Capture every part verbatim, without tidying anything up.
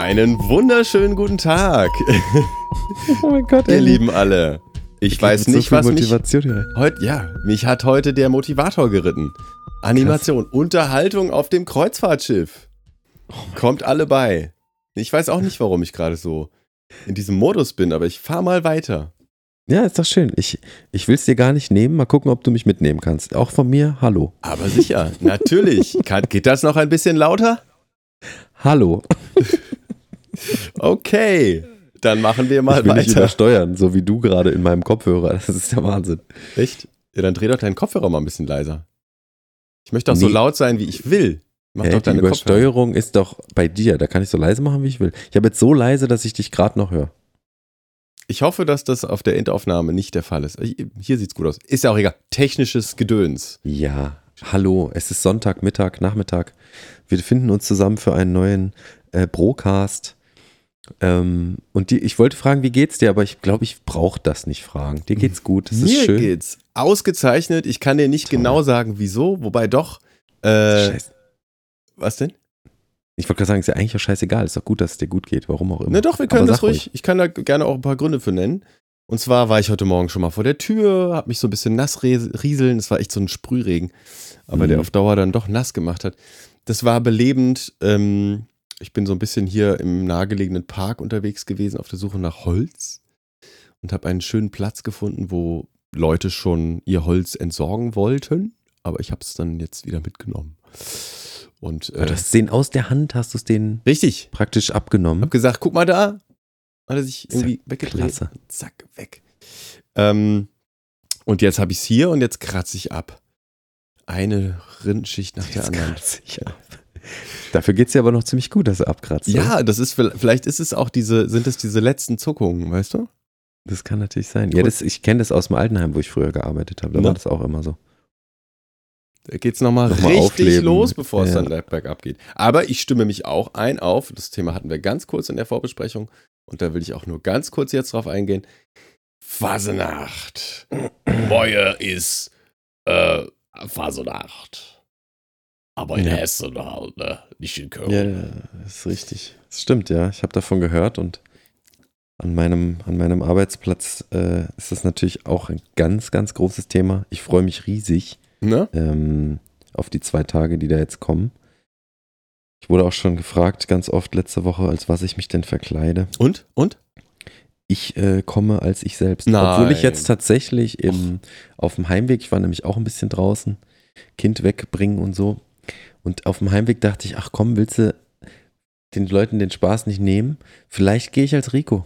Einen wunderschönen guten Tag. Oh mein Gott, ihr ey. Lieben alle. Ich, ich weiß nicht, so was mich hier. heute, ja, mich hat heute der Motivator geritten. Animation, Krass. Unterhaltung auf dem Kreuzfahrtschiff. Oh Kommt alle bei. Ich weiß auch nicht, warum ich gerade so in diesem Modus bin, aber ich fahr mal weiter. Ja, ist doch schön. Ich, ich will es dir gar nicht nehmen. Mal gucken, ob du mich mitnehmen kannst. Auch von mir, hallo. Aber sicher, natürlich. Kann, geht das noch ein bisschen lauter? Hallo. Okay, dann machen wir mal ich will weiter. Nicht übersteuern, so wie du gerade in meinem Kopfhörer. Das ist ja Wahnsinn. Echt? Ja, dann dreh doch deinen Kopfhörer mal ein bisschen leiser. Ich möchte doch nee. so laut sein, wie ich will. Mach Hä, doch deine die Übersteuerung Kopfhörer. Ist doch bei dir. Da kann ich so leise machen, wie ich will. Ich habe jetzt so leise, dass ich dich gerade noch höre. Ich hoffe, dass das auf der Endaufnahme nicht der Fall ist. Hier sieht's gut aus. Ist ja auch egal. Technisches Gedöns. Ja, hallo. Es ist Sonntag, Mittag, Nachmittag. Wir finden uns zusammen für einen neuen äh, Brocast. Ähm, und die, ich wollte fragen, wie geht's dir? Aber ich glaube, ich brauche das nicht fragen. Dir geht's gut. Das Mir ist schön. geht's ausgezeichnet. Ich kann dir nicht Toll. genau sagen, wieso. Wobei doch. Äh, Scheiße. Was denn? Ich wollte gerade sagen, ist ja eigentlich auch scheißegal. Ist doch gut, dass es dir gut geht. Warum auch immer. Ne, doch, wir können das ruhig. ruhig. Ich kann da gerne auch ein paar Gründe für nennen. Und zwar war ich heute Morgen schon mal vor der Tür, habe mich so ein bisschen nass rieseln. Das war echt so ein Sprühregen, aber mhm. der auf Dauer dann doch nass gemacht hat. Das war belebend. Ähm, ich bin so ein bisschen hier im nahegelegenen Park unterwegs gewesen, auf der Suche nach Holz. Und habe einen schönen Platz gefunden, wo Leute schon ihr Holz entsorgen wollten. Aber ich habe es dann jetzt wieder mitgenommen. Und, äh, du hast den aus der Hand, hast du es denen richtig praktisch abgenommen. Hab gesagt, guck mal da. Hat er sich irgendwie zack, weggedreht. Klasse. Zack, weg. Ähm, und jetzt habe ich es hier und jetzt kratze ich ab. Eine Rindschicht nach der jetzt anderen. Kratze ich ab. Dafür geht es dir aber noch ziemlich gut, dass du abkratzt. Ja, oder? das ist, vielleicht ist es auch diese, sind es diese letzten Zuckungen, weißt du? Das kann natürlich sein. Ja, das, ich kenne das aus dem Altenheim, wo ich früher gearbeitet habe. Da Na? war das auch immer so. Da geht es nochmal noch richtig aufleben. los, bevor es ja. dann bergab geht. Aber ich stimme mich auch ein auf, das Thema hatten wir ganz kurz in der Vorbesprechung und da will ich auch nur ganz kurz jetzt drauf eingehen. Fasenacht. Morgen ist äh, Fasenacht. Aber in ja. Hessen halt, ne? Nicht in Köln. Ja, das ist richtig. Das stimmt, ja. Ich habe davon gehört und an meinem, an meinem Arbeitsplatz äh, ist das natürlich auch ein ganz, ganz großes Thema. Ich freue mich riesig. Ne? Ähm, auf die zwei Tage, die da jetzt kommen. Ich wurde auch schon gefragt, ganz oft letzte Woche, als was ich mich denn verkleide. Und? Und? Ich äh, komme als ich selbst. Nein. Obwohl ich jetzt tatsächlich im, auf dem Heimweg, ich war nämlich auch ein bisschen draußen, Kind wegbringen und so. Und auf dem Heimweg dachte ich, ach komm, willst du den Leuten den Spaß nicht nehmen? Vielleicht gehe ich als Rico.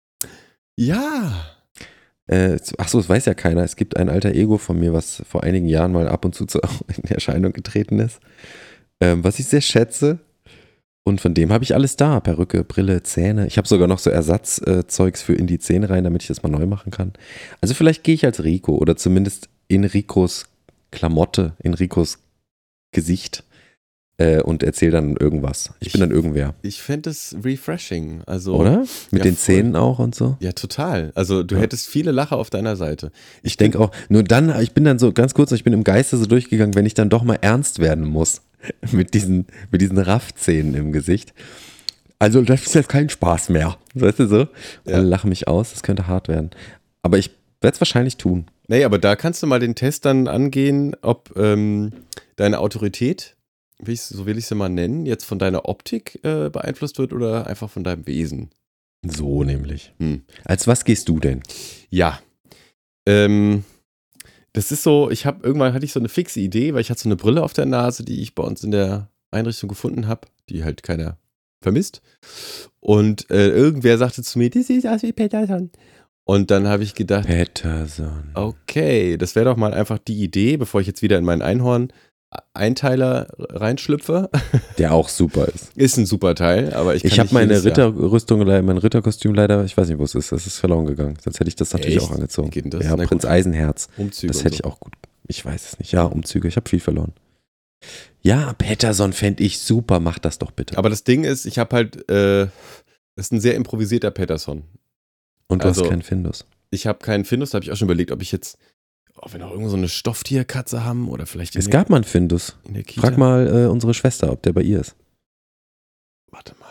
Ja. Äh, Achso, das weiß ja keiner. Es gibt ein alter Ego von mir, was vor einigen Jahren mal ab und zu in Erscheinung getreten ist, ähm, was ich sehr schätze. Und von dem habe ich alles da. Perücke, Brille, Zähne. Ich habe sogar noch so Ersatzzeugs für in die Zähne rein, damit ich das mal neu machen kann. Also vielleicht gehe ich als Rico oder zumindest in Ricos Klamotte, in Ricos Gesicht äh, und erzähle dann irgendwas. Ich, ich bin dann irgendwer. Ich fände es refreshing. Also, oder? Mit ja, den voll. Zähnen auch und so? Ja, total. Also du ja. hättest viele Lacher auf deiner Seite. Ich, ich denke auch, nur dann, ich bin dann so, ganz kurz, ich bin im Geiste so durchgegangen, wenn ich dann doch mal ernst werden muss mit diesen, mit diesen Raffzähnen im Gesicht. Also das ist jetzt kein Spaß mehr. Weißt du so? Ja. Alle lachen mich aus, das könnte hart werden. Aber ich werde es wahrscheinlich tun. Nee, aber da kannst du mal den Test dann angehen, ob ähm, deine Autorität, wie ich, so will ich sie mal nennen, jetzt von deiner Optik äh, beeinflusst wird oder einfach von deinem Wesen. So nämlich. Hm. Als was gehst du denn? Ja, ähm, das ist so, ich habe, irgendwann hatte ich so eine fixe Idee, weil ich hatte so eine Brille auf der Nase, die ich bei uns in der Einrichtung gefunden habe, die halt keiner vermisst. Und äh, irgendwer sagte zu mir, das sieht aus wie Peterson. Und dann habe ich gedacht, Peterson. Okay, das wäre doch mal einfach die Idee, bevor ich jetzt wieder in meinen Einhorn-Einteiler reinschlüpfe. Der auch super ist. Ist ein super Teil, aber ich kann Ich habe nicht meine jedes Jahr- Ritterrüstung, mein Ritterkostüm leider, ich weiß nicht, wo es ist, das ist verloren gegangen. Sonst hätte ich das natürlich Echt? auch angezogen. Wie geht denn das? Ja, Na Prinz gut. Eisenherz. Umzüge Das und hätte so. ich auch gut. Ich weiß es nicht. Ja, Umzüge, ich habe viel verloren. Ja, Peterson fände ich super, mach das doch bitte. Aber das Ding ist, ich habe halt, äh, das ist ein sehr improvisierter Peterson. Und du also- hast keinen Findus. Ich habe keinen Findus, da habe ich auch schon überlegt, ob ich jetzt, ob wir noch irgendwo so eine Stofftierkatze haben oder vielleicht in Es der- gab mal einen Findus. in der Kita. Frag mal äh, unsere Schwester, ob der bei ihr ist. Warte mal, vielleicht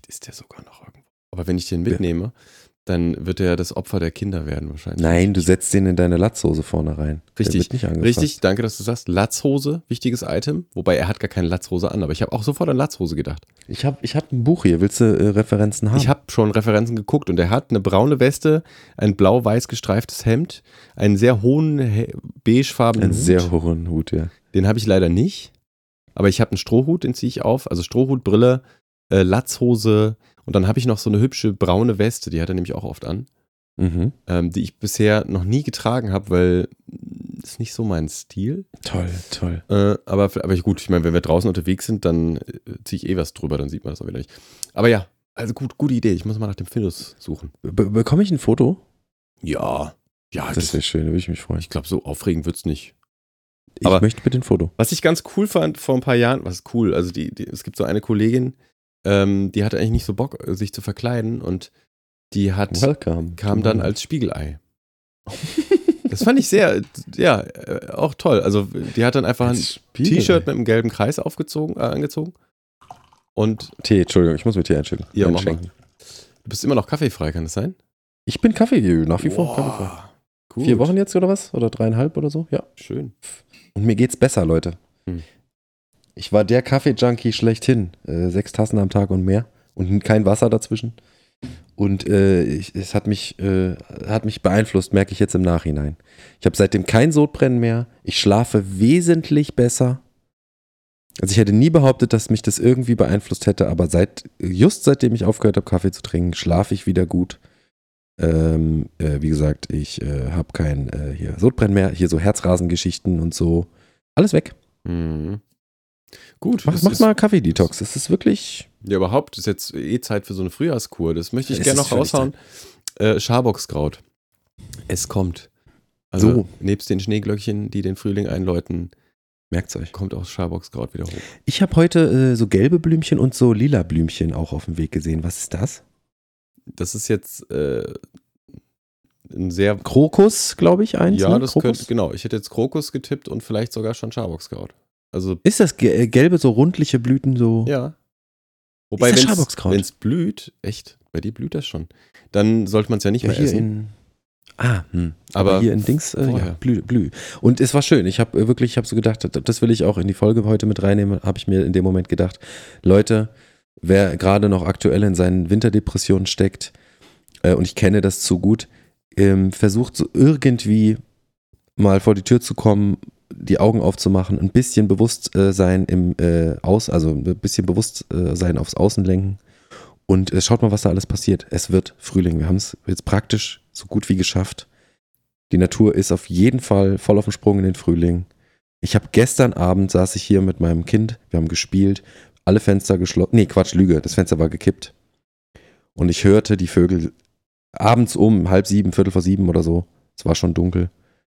Vielleicht ist der sogar noch irgendwo. Aber wenn ich den mitnehme, dann wird er das Opfer der Kinder werden wahrscheinlich. Nein, du setzt den in deine Latzhose vorne rein. Richtig, der wird nicht angefasst. Richtig, danke, dass du sagst. Latzhose, wichtiges Item. Wobei er hat gar keine Latzhose an, aber ich habe auch sofort an Latzhose gedacht. Ich habe ich hab ein Buch hier. Willst du äh, Referenzen haben? Ich habe schon Referenzen geguckt und er hat eine braune Weste, ein blau-weiß gestreiftes Hemd, einen sehr hohen he- beigefarbenen Einen Hut. sehr hohen Hut, ja. Den habe ich leider nicht. Aber ich habe einen Strohhut, den ziehe ich auf. Also Strohhut, Brille, äh, Latzhose und dann habe ich noch so eine hübsche braune Weste, die hat er nämlich auch oft an. Mhm. Ähm, die ich bisher noch nie getragen habe, weil das ist nicht so mein Stil. Toll, toll. Äh, aber, aber gut, ich meine, wenn wir draußen unterwegs sind, dann äh, ziehe ich eh was drüber, dann sieht man das auch wieder nicht. Aber ja, also gut, gute Idee. Ich muss mal nach dem Findus suchen. Be- bekomme ich ein Foto? Ja, ja, Das wäre schön, da würde ich mich freuen. ich glaube, so aufregend wird's nicht. Ich aber- möchte bitte ein Foto. Was ich ganz cool fand vor ein paar Jahren, was ist cool, also die, die, es gibt so eine Kollegin, ähm, die hatte eigentlich nicht so Bock, sich zu verkleiden und die hat Welcome. kam dann als Spiegelei. Das fand ich sehr, ja, äh, auch toll. Also die hat dann einfach ein T-Shirt mit einem gelben Kreis aufgezogen, äh, angezogen. Und Tee, Entschuldigung, ich muss mir Tee einschenken. Ja, mach einschenken. du bist immer noch kaffeefrei, kann das sein? Ich bin Kaffee, nach wie vor Boah, kaffeefrei. gut. Vier Wochen jetzt oder was? Oder dreieinhalb oder so? Ja. Schön. Und mir geht's besser, Leute. Hm. Ich war der Kaffee-Junkie schlechthin. Äh, sechs Tassen am Tag und mehr. Und kein Wasser dazwischen. Und äh, ich, es hat mich, äh, hat mich beeinflusst, merke ich jetzt im Nachhinein. Ich habe seitdem kein Sodbrennen mehr. Ich schlafe wesentlich besser. Also ich hätte nie behauptet, dass mich das irgendwie beeinflusst hätte, aber seit, just seitdem ich aufgehört habe, Kaffee zu trinken, schlafe ich wieder gut. Ähm, äh, wie gesagt, ich äh, habe kein äh, hier Sodbrennen mehr, hier so Herzrasengeschichten und so. Alles weg. Mhm. Gut. Mach, das mach ist- mal Kaffee-Detox. Das ist wirklich. Ja, überhaupt ist jetzt eh Zeit für so eine Frühjahrskur. Das möchte ich Es gerne ist noch völlig raushauen. Äh, Schaboxkraut. Es kommt. Also So. nebst den Schneeglöckchen, die den Frühling einläuten, Merkt's euch. kommt auch Schaboxkraut wieder hoch. Ich habe heute äh, so gelbe Blümchen und so lila Blümchen auch auf dem Weg gesehen. Was ist das? Das ist jetzt äh, ein sehr. Krokus, glaube ich, eins. Ja, ne? das Krokus? könnte, genau. Ich hätte jetzt Krokus getippt und vielleicht sogar schon Schaboxkraut. Also, Ist das ge- äh, gelbe, so rundliche Blüten so? ja. Wobei, das wenn Schaboxkraut? es blüht, echt, bei dir blüht das schon, dann sollte man es ja nicht Ja, mehr hier essen. in. Ah, hm. aber, Aber hier in Dings, äh, vorher. ja, blü, blü. Und es war schön. Ich habe äh, wirklich, ich habe so gedacht, das will ich auch in die Folge heute mit reinnehmen, habe ich mir in dem Moment gedacht, Leute, wer gerade noch aktuell in seinen Winterdepressionen steckt, äh, und ich kenne das zu gut, ähm, versucht so irgendwie mal vor die Tür zu kommen, die Augen aufzumachen, ein bisschen Bewusstsein im äh, Aus, also ein bisschen Bewusstsein aufs Außen lenken. Und äh, schaut mal, was da alles passiert. Es wird Frühling. Wir haben es jetzt praktisch so gut wie geschafft. Die Natur ist auf jeden Fall voll auf dem Sprung in den Frühling. Ich habe gestern Abend saß ich hier mit meinem Kind, wir haben gespielt, alle Fenster geschlossen. Nee, Quatsch, Lüge, das Fenster war gekippt. Und ich hörte die Vögel abends um halb sieben, viertel vor sieben oder so. Es war schon dunkel.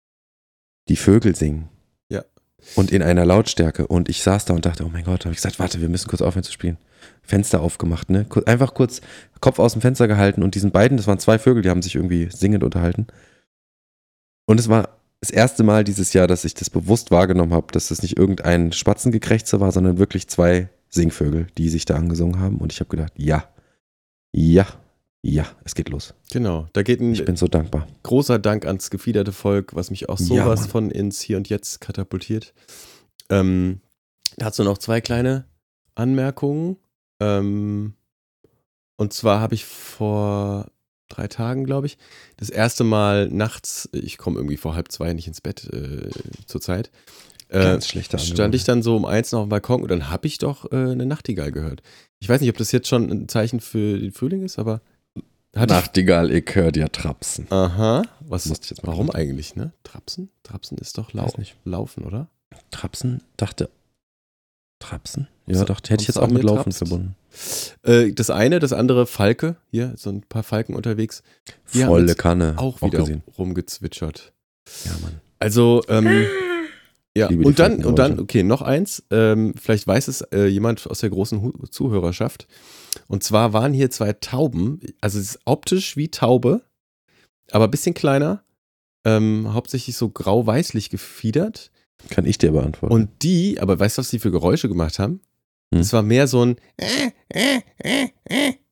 Die Vögel singen. Ja. Und in einer Lautstärke. Und ich saß da und dachte, oh mein Gott, habe ich gesagt, warte, wir müssen kurz aufhören zu spielen. Fenster aufgemacht, ne? Kur- Einfach kurz Kopf aus dem Fenster gehalten und diesen beiden, das waren zwei Vögel, die haben sich irgendwie singend unterhalten. Und es war das erste Mal dieses Jahr, dass ich das bewusst wahrgenommen habe, dass das nicht irgendein Spatzengekrächze war, sondern wirklich zwei Singvögel, die sich da angesungen haben. Und ich habe gedacht, ja, ja, ja, es geht los. Genau, da geht ein Ich bin so dankbar. großer Dank ans gefiederte Volk, was mich auch Ja, sowas Mann. von ins Hier und Jetzt katapultiert. Ähm, dazu noch zwei kleine Anmerkungen. Ähm, und zwar habe ich vor drei Tagen, glaube ich, das erste Mal nachts, ich komme irgendwie vor halb zwei nicht ins Bett äh, zur Zeit, äh, Ganz schlechte stand ich dann so um eins noch auf dem Balkon und dann habe ich doch äh, eine Nachtigall gehört. Ich weiß nicht, ob das jetzt schon ein Zeichen für den Frühling ist, aber hatte ich, Nachtigall, ich hör dir trapsen. aha, was, Musste ich jetzt mal warum kurz- eigentlich, ne? Trapsen? Trapsen ist doch lau Weiß nicht. Laufen, oder? Trapsen, dachte. Trapsen? Ja, So, dachte, hätte ich kommst jetzt du auch an mit mir Laufen trapst? verbunden. Äh, das eine, das andere Falke, hier, so ein paar Falken unterwegs, Die haben Volle jetzt Kanne. auch wieder gesehen. rumgezwitschert. Ja, Mann. Also, ähm, ja, liebe die und dann, Falkengeräusche. und dann, okay, noch eins, ähm, vielleicht weiß es äh, jemand aus der großen Hu- Zuhörerschaft. Und zwar waren hier zwei Tauben, also es ist optisch wie Taube, aber ein bisschen kleiner, ähm, hauptsächlich so grau-weißlich gefiedert. Kann ich dir beantworten. Und die, aber weißt du, was die für Geräusche gemacht haben? Hm. Es war mehr so ein äh, äh, äh, äh,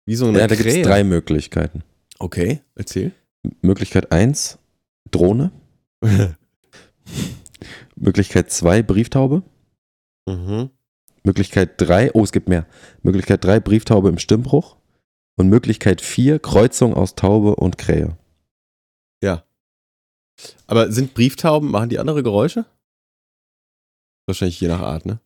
Wie so eine Ja, da gibt es Krähe. drei Möglichkeiten. Okay, erzähl. Möglichkeit eins, Drohne. Möglichkeit zwei, Brieftaube. mhm. Möglichkeit drei, oh, es gibt mehr. Möglichkeit drei, Brieftaube im Stimmbruch. Und Möglichkeit vier, Kreuzung aus Taube und Krähe. Ja. Aber sind Brieftauben, machen die andere Geräusche? Wahrscheinlich je nach Art, ne?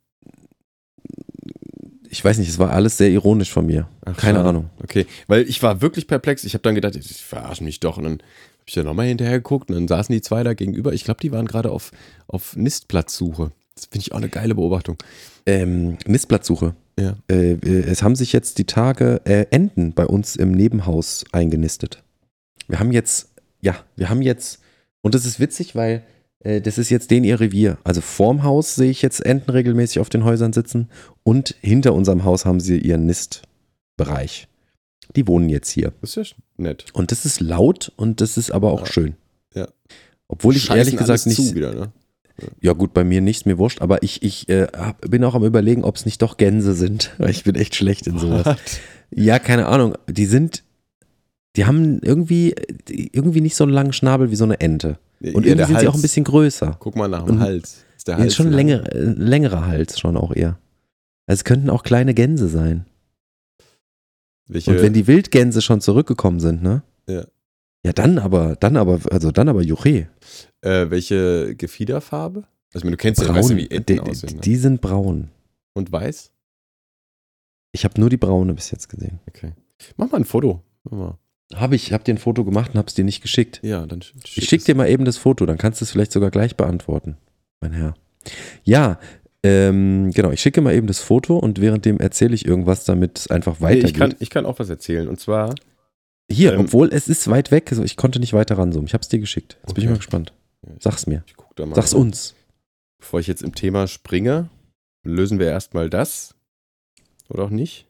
Ich weiß nicht, es war alles sehr ironisch von mir. Ach, Keine schade. Ahnung. Okay, weil ich war wirklich perplex. Ich habe dann gedacht, ich verarschen mich doch. Und dann habe ich ja nochmal hinterher geguckt und dann saßen die zwei da gegenüber. Ich glaube, die waren gerade auf, auf Nistplatzsuche. Das finde ich auch eine geile Beobachtung. Ähm, Nistplatzsuche. Ja. Äh, es haben sich jetzt die Tage äh, Enten bei uns im Nebenhaus eingenistet. Wir haben jetzt, ja, wir haben jetzt, und das ist witzig, weil äh, das ist jetzt denen ihr Revier. Also vorm Haus sehe ich jetzt Enten regelmäßig auf den Häusern sitzen und hinter unserem Haus haben sie ihren Nistbereich. Die wohnen jetzt hier. Das ist ja nett. Und das ist laut und das ist aber auch Ja. schön. Ja. Obwohl ich Scheißen ehrlich gesagt alles nicht. zu wieder, ne? Ja gut, bei mir nichts, mir wurscht, aber ich, ich äh, hab, bin auch am überlegen, ob es nicht doch Gänse sind, weil ich bin echt schlecht in sowas. What? Ja, keine Ahnung, die sind, die haben irgendwie, irgendwie nicht so einen langen Schnabel wie so eine Ente. Und Ja, irgendwie der sind sie auch Hals. ein bisschen größer. Guck mal nach dem Und- Hals. Ist der Ja, Hals ist schon lang? länger, äh, längerer Hals schon auch eher. Also es könnten auch kleine Gänse sein. Welche, Und wenn die Wildgänse schon zurückgekommen sind, ne? Ja. Ja, dann aber, dann aber, also dann aber Juche. äh, welche Gefiederfarbe? Also, ich meine, du kennst ja, weißt ja, wie Enten die, aussehen. Ne? die sind braun. Und weiß? Ich habe nur die braune bis jetzt gesehen. Okay. Mach mal ein Foto. Mach mal. Habe ich, habe dir ein Foto gemacht und habe es dir nicht geschickt. Ja, dann sch Ich schicke dir mal eben das Foto, dann kannst du es vielleicht sogar gleich beantworten, mein Herr. Ja, ähm, genau, ich schicke mal eben das Foto und währenddem erzähle ich irgendwas, damit es einfach Nee, weitergeht. ich, kann, ich kann auch was erzählen. Und zwar, Hier, ähm, obwohl es ist weit weg, also ich konnte nicht weiter ranzoomen. Ich habe es dir geschickt. Jetzt bin ich Okay. mal gespannt. Sag's mir. ich guck da mal. Sag's uns. Bevor ich jetzt im Thema springe, lösen wir erstmal das. Oder auch nicht?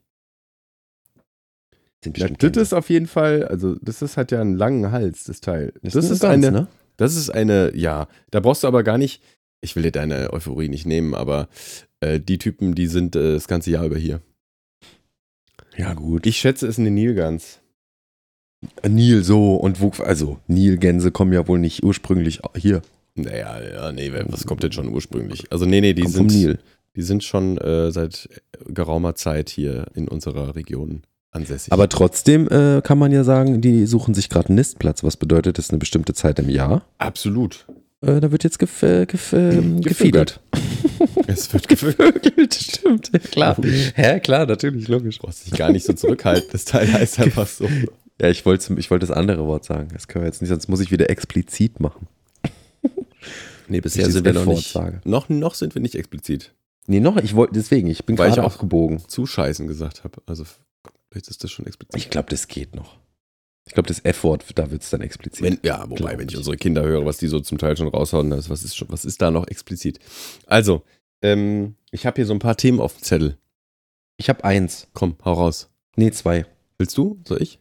Sind Ja, bestimmt das Gänse. ist auf jeden Fall, also das ist, hat ja einen langen Hals, das Teil. Das, Das ist ist ganz, eine, ne? das ist eine, ja, da brauchst du aber gar nicht, ich will dir deine Euphorie nicht nehmen, aber äh, die Typen, die sind äh, das ganze Jahr über hier. Ja, gut. Ich schätze, es ist eine Nilgans. Nil so und wo, also Nilgänse kommen ja wohl nicht ursprünglich hier. Naja, ja, nee, was kommt denn schon ursprünglich? Also nee, nee, die Kommt sind, vom Nil. die sind schon äh, seit geraumer Zeit hier in unserer Region ansässig. Aber trotzdem äh, kann man ja sagen, die suchen sich gerade einen Nistplatz. Was bedeutet das eine bestimmte Zeit im Jahr? absolut. Äh, da wird jetzt gef äh, gef äh, gefiedert. Es wird gefüllt. Gevögelt, stimmt. Klar. Hä, klar, natürlich, logisch. Du brauchst dich gar nicht so zurückhalten. Das Teil heißt einfach so. Ja, ich wollte ich wollt das andere Wort sagen. Das können wir jetzt nicht, sonst muss ich wieder explizit machen. Nee, bisher Ich sind wir das noch F-Wort nicht. sage. Noch, noch sind wir nicht explizit. Nee, noch, ich wollte, deswegen, ich bin Weil ich gerade auch- aufgebogen. Zuscheißen gesagt habe. Also vielleicht ist das schon explizit. Ich glaube, das geht noch. Ich glaube, das F-Wort, da wird es dann explizit. Wenn, ja, wobei, Glaub wenn ich ich. unsere Kinder höre, was die so zum Teil schon raushauen, das, was, ist schon, was ist da noch explizit? Also, ähm, ich habe hier so ein paar Themen auf dem Zettel. Ich habe eins. Komm, hau raus. Nee, zwei. Willst du? Soll ich?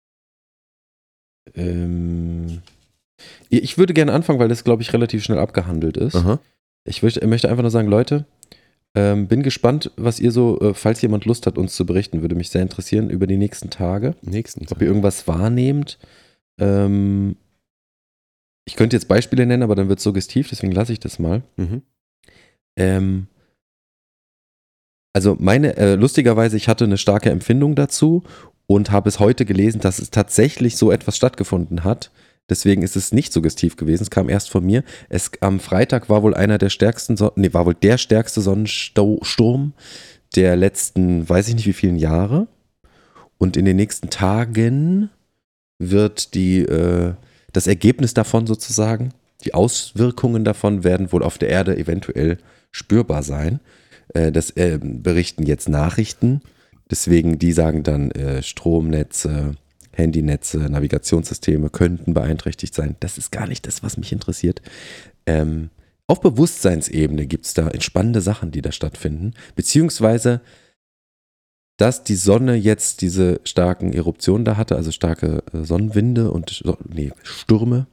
Ähm, ich würde gerne anfangen, weil das, glaube ich, relativ schnell abgehandelt ist. Aha. Ich möchte, möchte einfach nur sagen, Leute, ähm, bin gespannt, was ihr so, äh, falls jemand Lust hat, uns zu berichten, würde mich sehr interessieren über die nächsten Tage. Nächsten. Ob ihr irgendwas wahrnehmt. Ähm, ich könnte jetzt Beispiele nennen, aber dann wird es suggestiv, deswegen lasse ich das mal. Mhm. Ähm, also meine, äh, lustigerweise, ich hatte eine starke Empfindung dazu und habe es heute gelesen, dass es tatsächlich so etwas stattgefunden hat. Deswegen ist es nicht suggestiv gewesen. Es kam erst von mir. Es, am Freitag war wohl einer der stärksten, Son- nee, war wohl der stärkste Sonnensturm der letzten, weiß ich nicht wie vielen Jahre. Und in den nächsten Tagen wird die, äh, das Ergebnis davon sozusagen, die Auswirkungen davon werden wohl auf der Erde eventuell spürbar sein. Äh, das äh, berichten jetzt Nachrichten. Deswegen, die sagen dann, äh, Stromnetze, Handynetze, Navigationssysteme könnten beeinträchtigt sein. Das ist gar nicht das, was mich interessiert. Ähm, auf Bewusstseinsebene gibt es da spannende Sachen, die da stattfinden. Beziehungsweise, dass die Sonne jetzt diese starken Eruptionen da hatte, also starke äh, Sonnenwinde und nee, Stürme,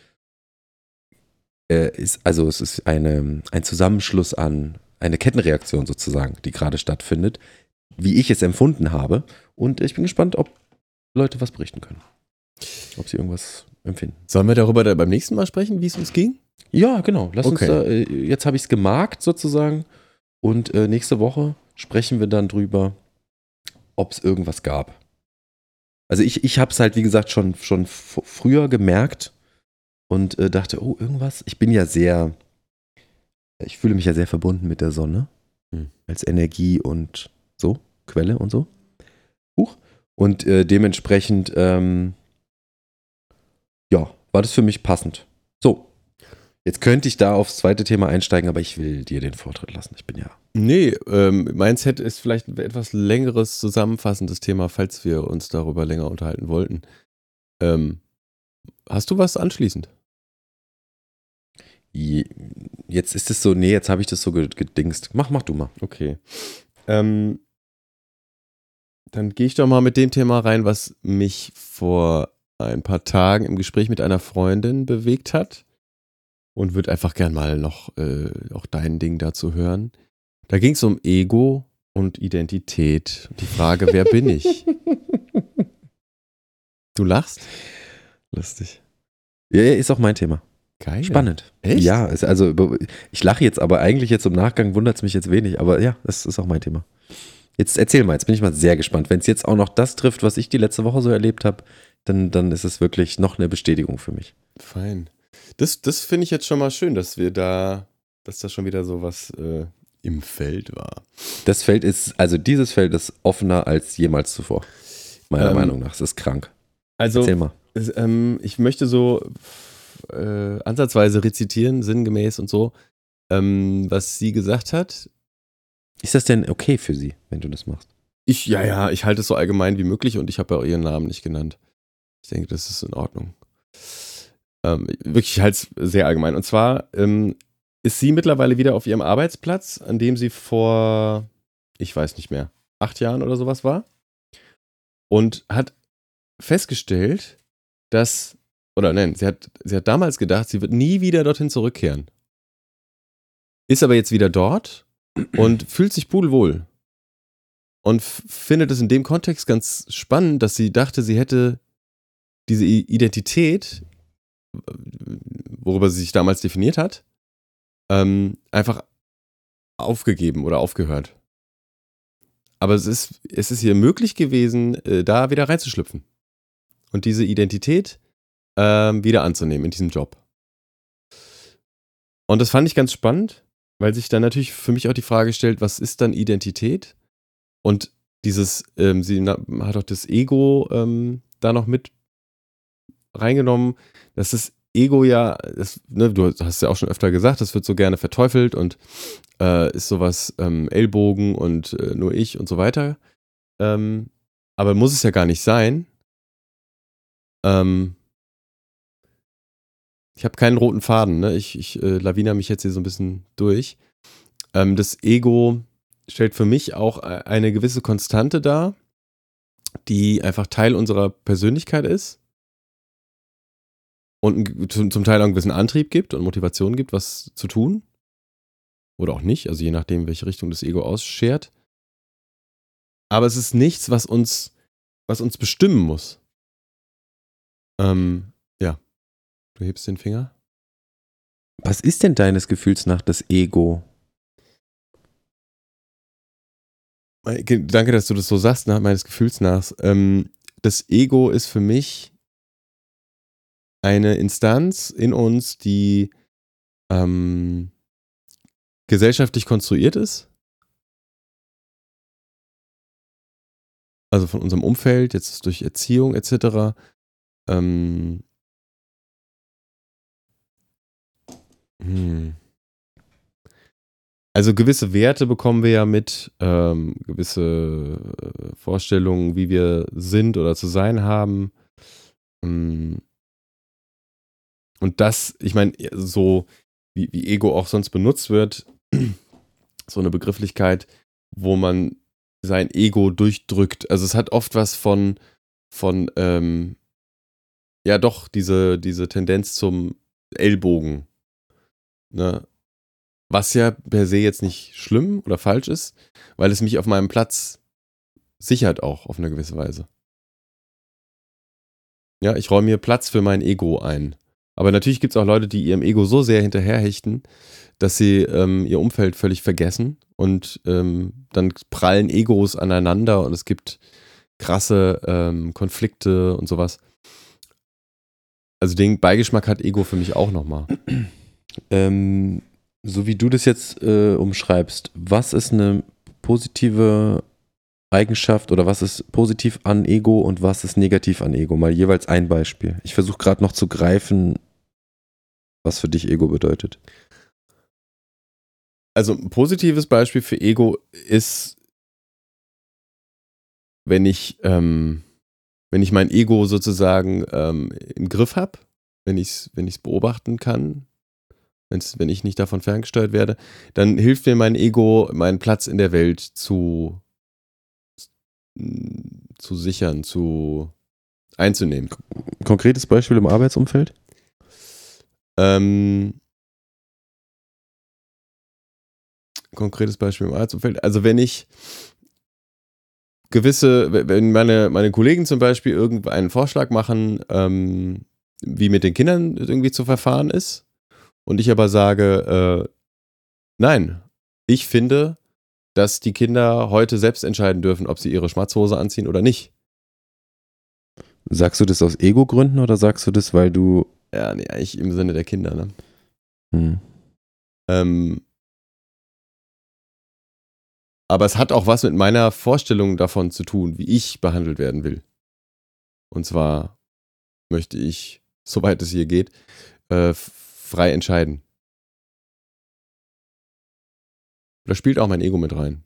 äh, ist, also es ist eine, ein Zusammenschluss an, eine Kettenreaktion sozusagen, die gerade stattfindet, wie ich es empfunden habe. Und ich bin gespannt, ob Leute was berichten können. Ob sie irgendwas empfinden. Sollen wir darüber dann beim nächsten Mal sprechen, wie es uns ging? Ja, genau. Lass Okay. uns da, äh, jetzt habe ich es gemarkt sozusagen. Und äh, nächste Woche sprechen wir dann drüber, ob es irgendwas gab. Also ich, ich habe es halt, wie gesagt, schon, schon f- früher gemerkt und äh, dachte, oh, irgendwas. Ich bin ja sehr, ich fühle mich ja sehr verbunden mit der Sonne Hm. als Energie und so, Quelle und so. Huch. Und äh, dementsprechend, ähm, ja, war das für mich passend. So, jetzt könnte ich da aufs zweite Thema einsteigen, aber ich will dir den Vortritt lassen. Ich bin ja. Nee, ähm, mein Set ist vielleicht ein etwas längeres, zusammenfassendes Thema, falls wir uns darüber länger unterhalten wollten. Ähm, hast du was anschließend? Je- Jetzt ist es so, nee, jetzt habe ich das so ge- gedingst. Mach, mach du mal. Okay. Ähm, dann gehe ich doch mal mit dem Thema rein, was mich vor ein paar Tagen im Gespräch mit einer Freundin bewegt hat. Und würde einfach gern mal noch äh, auch dein Ding dazu hören. Da ging es um Ego und Identität. Die Frage, wer bin ich? Du lachst? Lustig. Ja, ja, ist auch mein Thema. Geil. Spannend. Echt? Ja, ist also ich lache jetzt, aber eigentlich jetzt im Nachgang wundert es mich jetzt wenig. Aber ja, das ist auch mein Thema. Jetzt erzähl mal, jetzt bin ich mal sehr gespannt. Wenn es jetzt auch noch das trifft, was ich die letzte Woche so erlebt habe, dann, dann ist es wirklich noch eine Bestätigung für mich. Fein. Das, das finde ich jetzt schon mal schön, dass wir da, dass da schon wieder so was äh, im Feld war. Das Feld ist, also dieses Feld ist offener als jemals zuvor. Meiner Ähm, Meinung nach. Es ist krank. Also, Erzähl mal. es, ähm, ich möchte so äh, ansatzweise rezitieren, sinngemäß und so, ähm, was sie gesagt hat. Ist das denn okay für sie, wenn du das machst? Ich, ja, ja, ich halte es so allgemein wie möglich und ich habe ja auch ihren Namen nicht genannt. Ich denke, das ist in Ordnung. Ähm, wirklich, ich halte es sehr allgemein. Und zwar ähm, ist sie mittlerweile wieder auf ihrem Arbeitsplatz, an dem sie vor, ich weiß nicht mehr, acht Jahren oder sowas war. Und hat festgestellt, dass, oder nein, sie hat, sie hat damals gedacht, sie wird nie wieder dorthin zurückkehren. Ist aber jetzt wieder dort und fühlt sich pudelwohl. Und f- findet es in dem Kontext ganz spannend, dass sie dachte, sie hätte diese I- Identität, worüber sie sich damals definiert hat, ähm, einfach aufgegeben oder aufgehört. Aber es ist, es ist ihr möglich gewesen, äh, da wieder reinzuschlüpfen. Und diese Identität ähm, wieder anzunehmen in diesem Job. Und das fand ich ganz spannend, weil sich dann natürlich für mich auch die Frage stellt, was ist dann Identität? Und dieses, ähm, sie na- hat auch das Ego ähm, da noch mit reingenommen, dass das Ego ja, das, ne, du hast ja auch schon öfter gesagt, das wird so gerne verteufelt und äh, ist sowas ähm, Ellbogen und äh, nur ich und so weiter. Ähm, aber muss es ja gar nicht sein. Ähm, ich habe keinen roten Faden, ne? Ich, ich äh, lawiner mich jetzt hier so ein bisschen durch. Ähm, das Ego stellt für mich auch e- eine gewisse Konstante dar, die einfach Teil unserer Persönlichkeit ist und einen- zum zum Teil auch einen gewissen Antrieb gibt und Motivation gibt, was zu tun. Oder auch nicht, also je nachdem, welche Richtung das Ego ausschert. Aber es ist nichts, was uns, was uns bestimmen muss. Ähm, ja, du hebst den Finger. Was ist denn deines Gefühls nach das Ego? Äh, ge- Danke, dass du das so sagst, nach meines Gefühls nach. Ähm, das Ego ist für mich eine Instanz in uns, die ähm, gesellschaftlich konstruiert ist. Also von unserem Umfeld, jetzt durch Erziehung et cetera. Ähm, hm. Also gewisse Werte bekommen wir ja mit, ähm, gewisse äh, Vorstellungen, wie wir sind oder zu sein haben. Ähm, und das, ich meine, so wie, wie Ego auch sonst benutzt wird, so eine Begrifflichkeit, wo man sein Ego durchdrückt. Also es hat oft was von, von ähm, ja doch, diese, diese Tendenz zum Ellbogen. Ne? Was ja per se jetzt nicht schlimm oder falsch ist, weil es mich auf meinem Platz sichert auch auf eine gewisse Weise. Ja, ich räume mir Platz für mein Ego ein. Aber natürlich gibt es auch Leute, die ihrem Ego so sehr hinterherhechten, dass sie ähm, ihr Umfeld völlig vergessen und ähm, dann prallen Egos aneinander und es gibt krasse ähm, Konflikte und sowas. Also den Beigeschmack hat Ego für mich auch nochmal. Ähm, so wie du das jetzt äh, umschreibst, was ist eine positive Eigenschaft oder was ist positiv an Ego und was ist negativ an Ego? Mal jeweils ein Beispiel. Ich versuche gerade noch zu greifen, was für dich Ego bedeutet. Also ein positives Beispiel für Ego ist, wenn ich, ähm, wenn ich mein Ego sozusagen ähm, im Griff habe, wenn ich es wenn ich's beobachten kann, wenn's, wenn ich nicht davon ferngesteuert werde, dann hilft mir mein Ego, meinen Platz in der Welt zu, zu sichern, zu einzunehmen. Konkretes Beispiel im Arbeitsumfeld? Ähm, konkretes Beispiel im Arbeitsumfeld. Also wenn ich gewisse, wenn meine, meine Kollegen zum Beispiel irgendeinen Vorschlag machen, ähm, wie mit den Kindern irgendwie zu verfahren ist, und ich aber sage, äh, nein, ich finde, dass die Kinder heute selbst entscheiden dürfen, ob sie ihre Schmatzhose anziehen oder nicht. Sagst du das aus Ego-Gründen oder sagst du das, weil du... Ja, nee, eigentlich im Sinne der Kinder, ne? Hm. Ähm, aber es hat auch was mit meiner Vorstellung davon zu tun, wie ich behandelt werden will. Und zwar möchte ich, soweit es hier geht, äh, frei entscheiden. Da spielt auch mein Ego mit rein.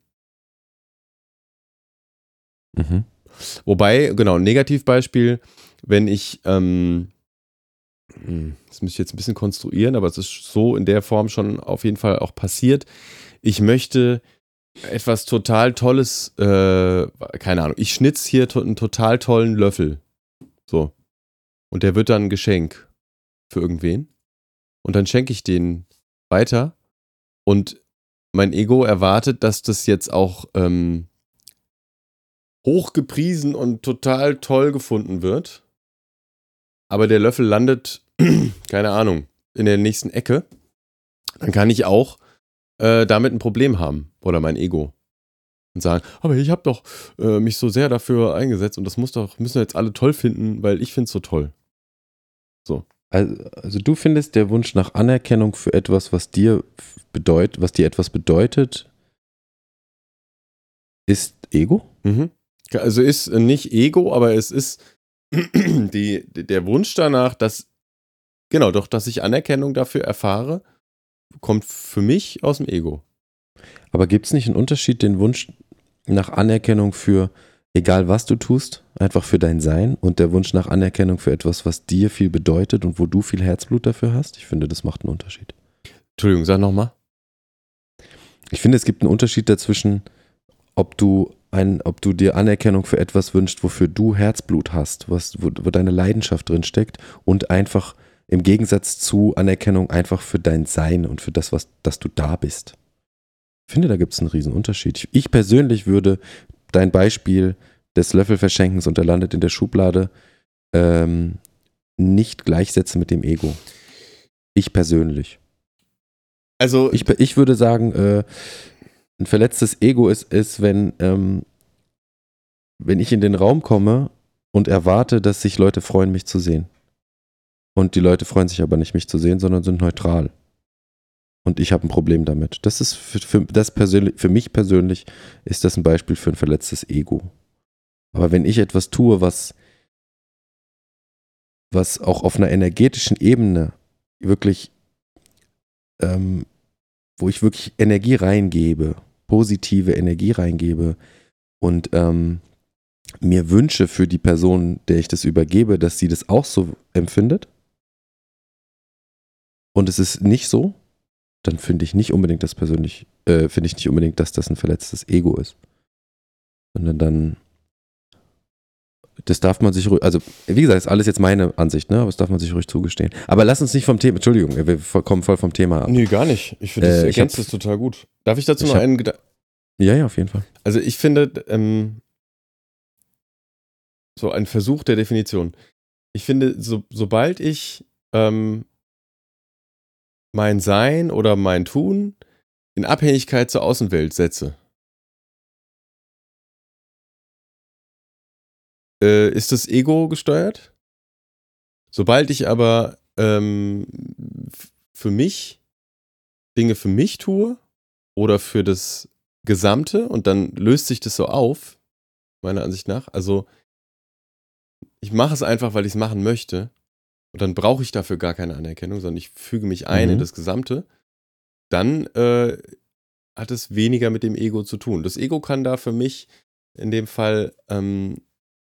Mhm. Wobei, genau, ein Negativbeispiel, wenn ich, ähm, das müsste ich jetzt ein bisschen konstruieren, aber es ist so in der Form schon auf jeden Fall auch passiert. Ich möchte etwas total Tolles, äh, keine Ahnung, ich schnitz hier to- einen total tollen Löffel. So. Und der wird dann ein Geschenk für irgendwen. Und dann schenke ich den weiter. Und mein Ego erwartet, dass das jetzt auch ähm, hochgepriesen und total toll gefunden wird. Aber der Löffel landet, keine Ahnung, in der nächsten Ecke. Dann kann ich auch äh, damit ein Problem haben. Oder mein Ego. Und sagen, aber ich habe doch äh, mich so sehr dafür eingesetzt und das muss doch, müssen jetzt alle toll finden, weil ich finde es so toll. So. Also, also du findest, der Wunsch nach Anerkennung für etwas, was dir bedeutet, was dir etwas bedeutet, ist Ego? Mhm. Also ist nicht Ego, aber es ist die, der Wunsch danach, dass, genau, doch, dass ich Anerkennung dafür erfahre, kommt für mich aus dem Ego. Aber gibt es nicht einen Unterschied, den Wunsch nach Anerkennung für egal was du tust, einfach für dein Sein und der Wunsch nach Anerkennung für etwas, was dir viel bedeutet und wo du viel Herzblut dafür hast? Ich finde, das macht einen Unterschied. Entschuldigung, sag nochmal. Ich finde, es gibt einen Unterschied dazwischen, ob du ein, ob du dir Anerkennung für etwas wünschst, wofür du Herzblut hast, was, wo, wo deine Leidenschaft drin steckt und einfach im Gegensatz zu Anerkennung einfach für dein Sein und für das, was, dass du da bist. Ich finde, da gibt es einen riesen Unterschied. Ich, ich persönlich würde dein Beispiel des Löffelverschenkens und der landet in der Schublade ähm, nicht gleichsetzen mit dem Ego. Ich persönlich. Also Ich, ich würde sagen, äh, ein verletztes Ego ist, ist wenn, ähm, wenn ich in den Raum komme und erwarte, dass sich Leute freuen, mich zu sehen. Und die Leute freuen sich aber nicht, mich zu sehen, sondern sind neutral. Und ich habe ein Problem damit. Das ist für, für, das persönlich, für mich persönlich ist das ein Beispiel für ein verletztes Ego. Aber wenn ich etwas tue, was, was auch auf einer energetischen Ebene wirklich, ähm, wo ich wirklich Energie reingebe, positive Energie reingebe und ähm, mir wünsche für die Person, der ich das übergebe, dass sie das auch so empfindet und es ist nicht so, dann finde ich nicht unbedingt das persönlich, äh, finde ich nicht unbedingt, dass das ein verletztes Ego ist. Sondern dann, das darf man sich ruhig, also wie gesagt, ist alles jetzt meine Ansicht, ne? Aber das darf man sich ruhig zugestehen. Aber lass uns nicht vom Thema, Entschuldigung, wir kommen voll vom Thema ab. Nee, gar nicht. Ich finde, das Äh, ergänzt hab, das total gut. Darf ich dazu ich noch hab, einen Gedanken? Ja, ja, auf jeden Fall. Also ich finde, ähm, so ein Versuch der Definition. Ich finde, so, sobald ich ähm, mein Sein oder mein Tun in Abhängigkeit zur Außenwelt setze, äh, ist das Ego gesteuert. Sobald ich aber ähm, f- für mich Dinge für mich tue oder für das Gesamte und dann löst sich das so auf, meiner Ansicht nach. Also ich mache es einfach, weil ich es machen möchte und dann brauche ich dafür gar keine Anerkennung, sondern ich füge mich ein in Mhm. das Gesamte. Dann äh, hat es weniger mit dem Ego zu tun. Das Ego kann da für mich in dem Fall, ähm,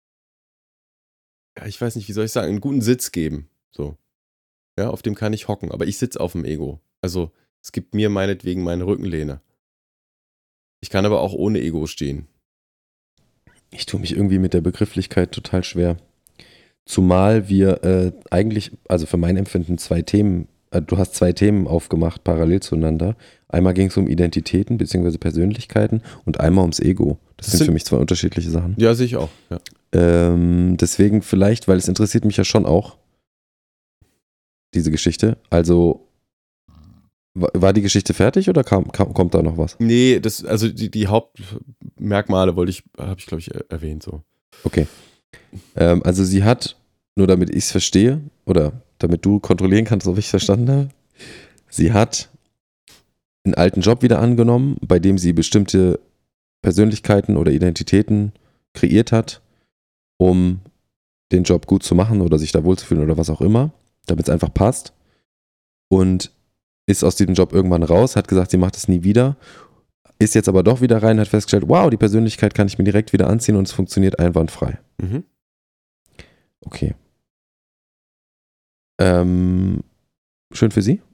ja, ich weiß nicht, wie soll ich sagen, einen guten Sitz geben. So, ja, auf dem kann ich hocken, aber ich sitze auf dem Ego. Also es gibt mir meinetwegen meine Rückenlehne. Ich kann aber auch ohne Ego stehen. Ich tue mich irgendwie mit der Begrifflichkeit total schwer. Zumal wir äh, eigentlich, also für mein Empfinden, zwei Themen, äh, du hast zwei Themen aufgemacht, parallel zueinander. Einmal ging es um Identitäten bzw. Persönlichkeiten und einmal ums Ego. Das, Das sind, sind- für mich zwei unterschiedliche Sachen. Ja, sehe ich auch. Ja. Ähm, deswegen vielleicht, weil es interessiert mich ja schon auch, diese Geschichte. Also, wa- war die Geschichte fertig oder kam, kam, kommt da noch was? Nee, das, also die, die Hauptmerkmale wollte ich, habe ich, glaube ich, er- erwähnt so. Okay. Ähm, also sie hat, nur damit ich es verstehe, oder damit du kontrollieren kannst, ob ich es verstanden habe, sie hat einen alten Job wieder angenommen, bei dem sie bestimmte Persönlichkeiten oder Identitäten kreiert hat, um den Job gut zu machen oder sich da wohlzufühlen oder was auch immer, damit es einfach passt. Und ist aus diesem Job irgendwann raus, hat gesagt, sie macht es nie wieder, ist jetzt aber doch wieder rein, hat festgestellt, wow, die Persönlichkeit kann ich mir direkt wieder anziehen und es funktioniert einwandfrei. Mhm. Okay. Ähm, schön für sie,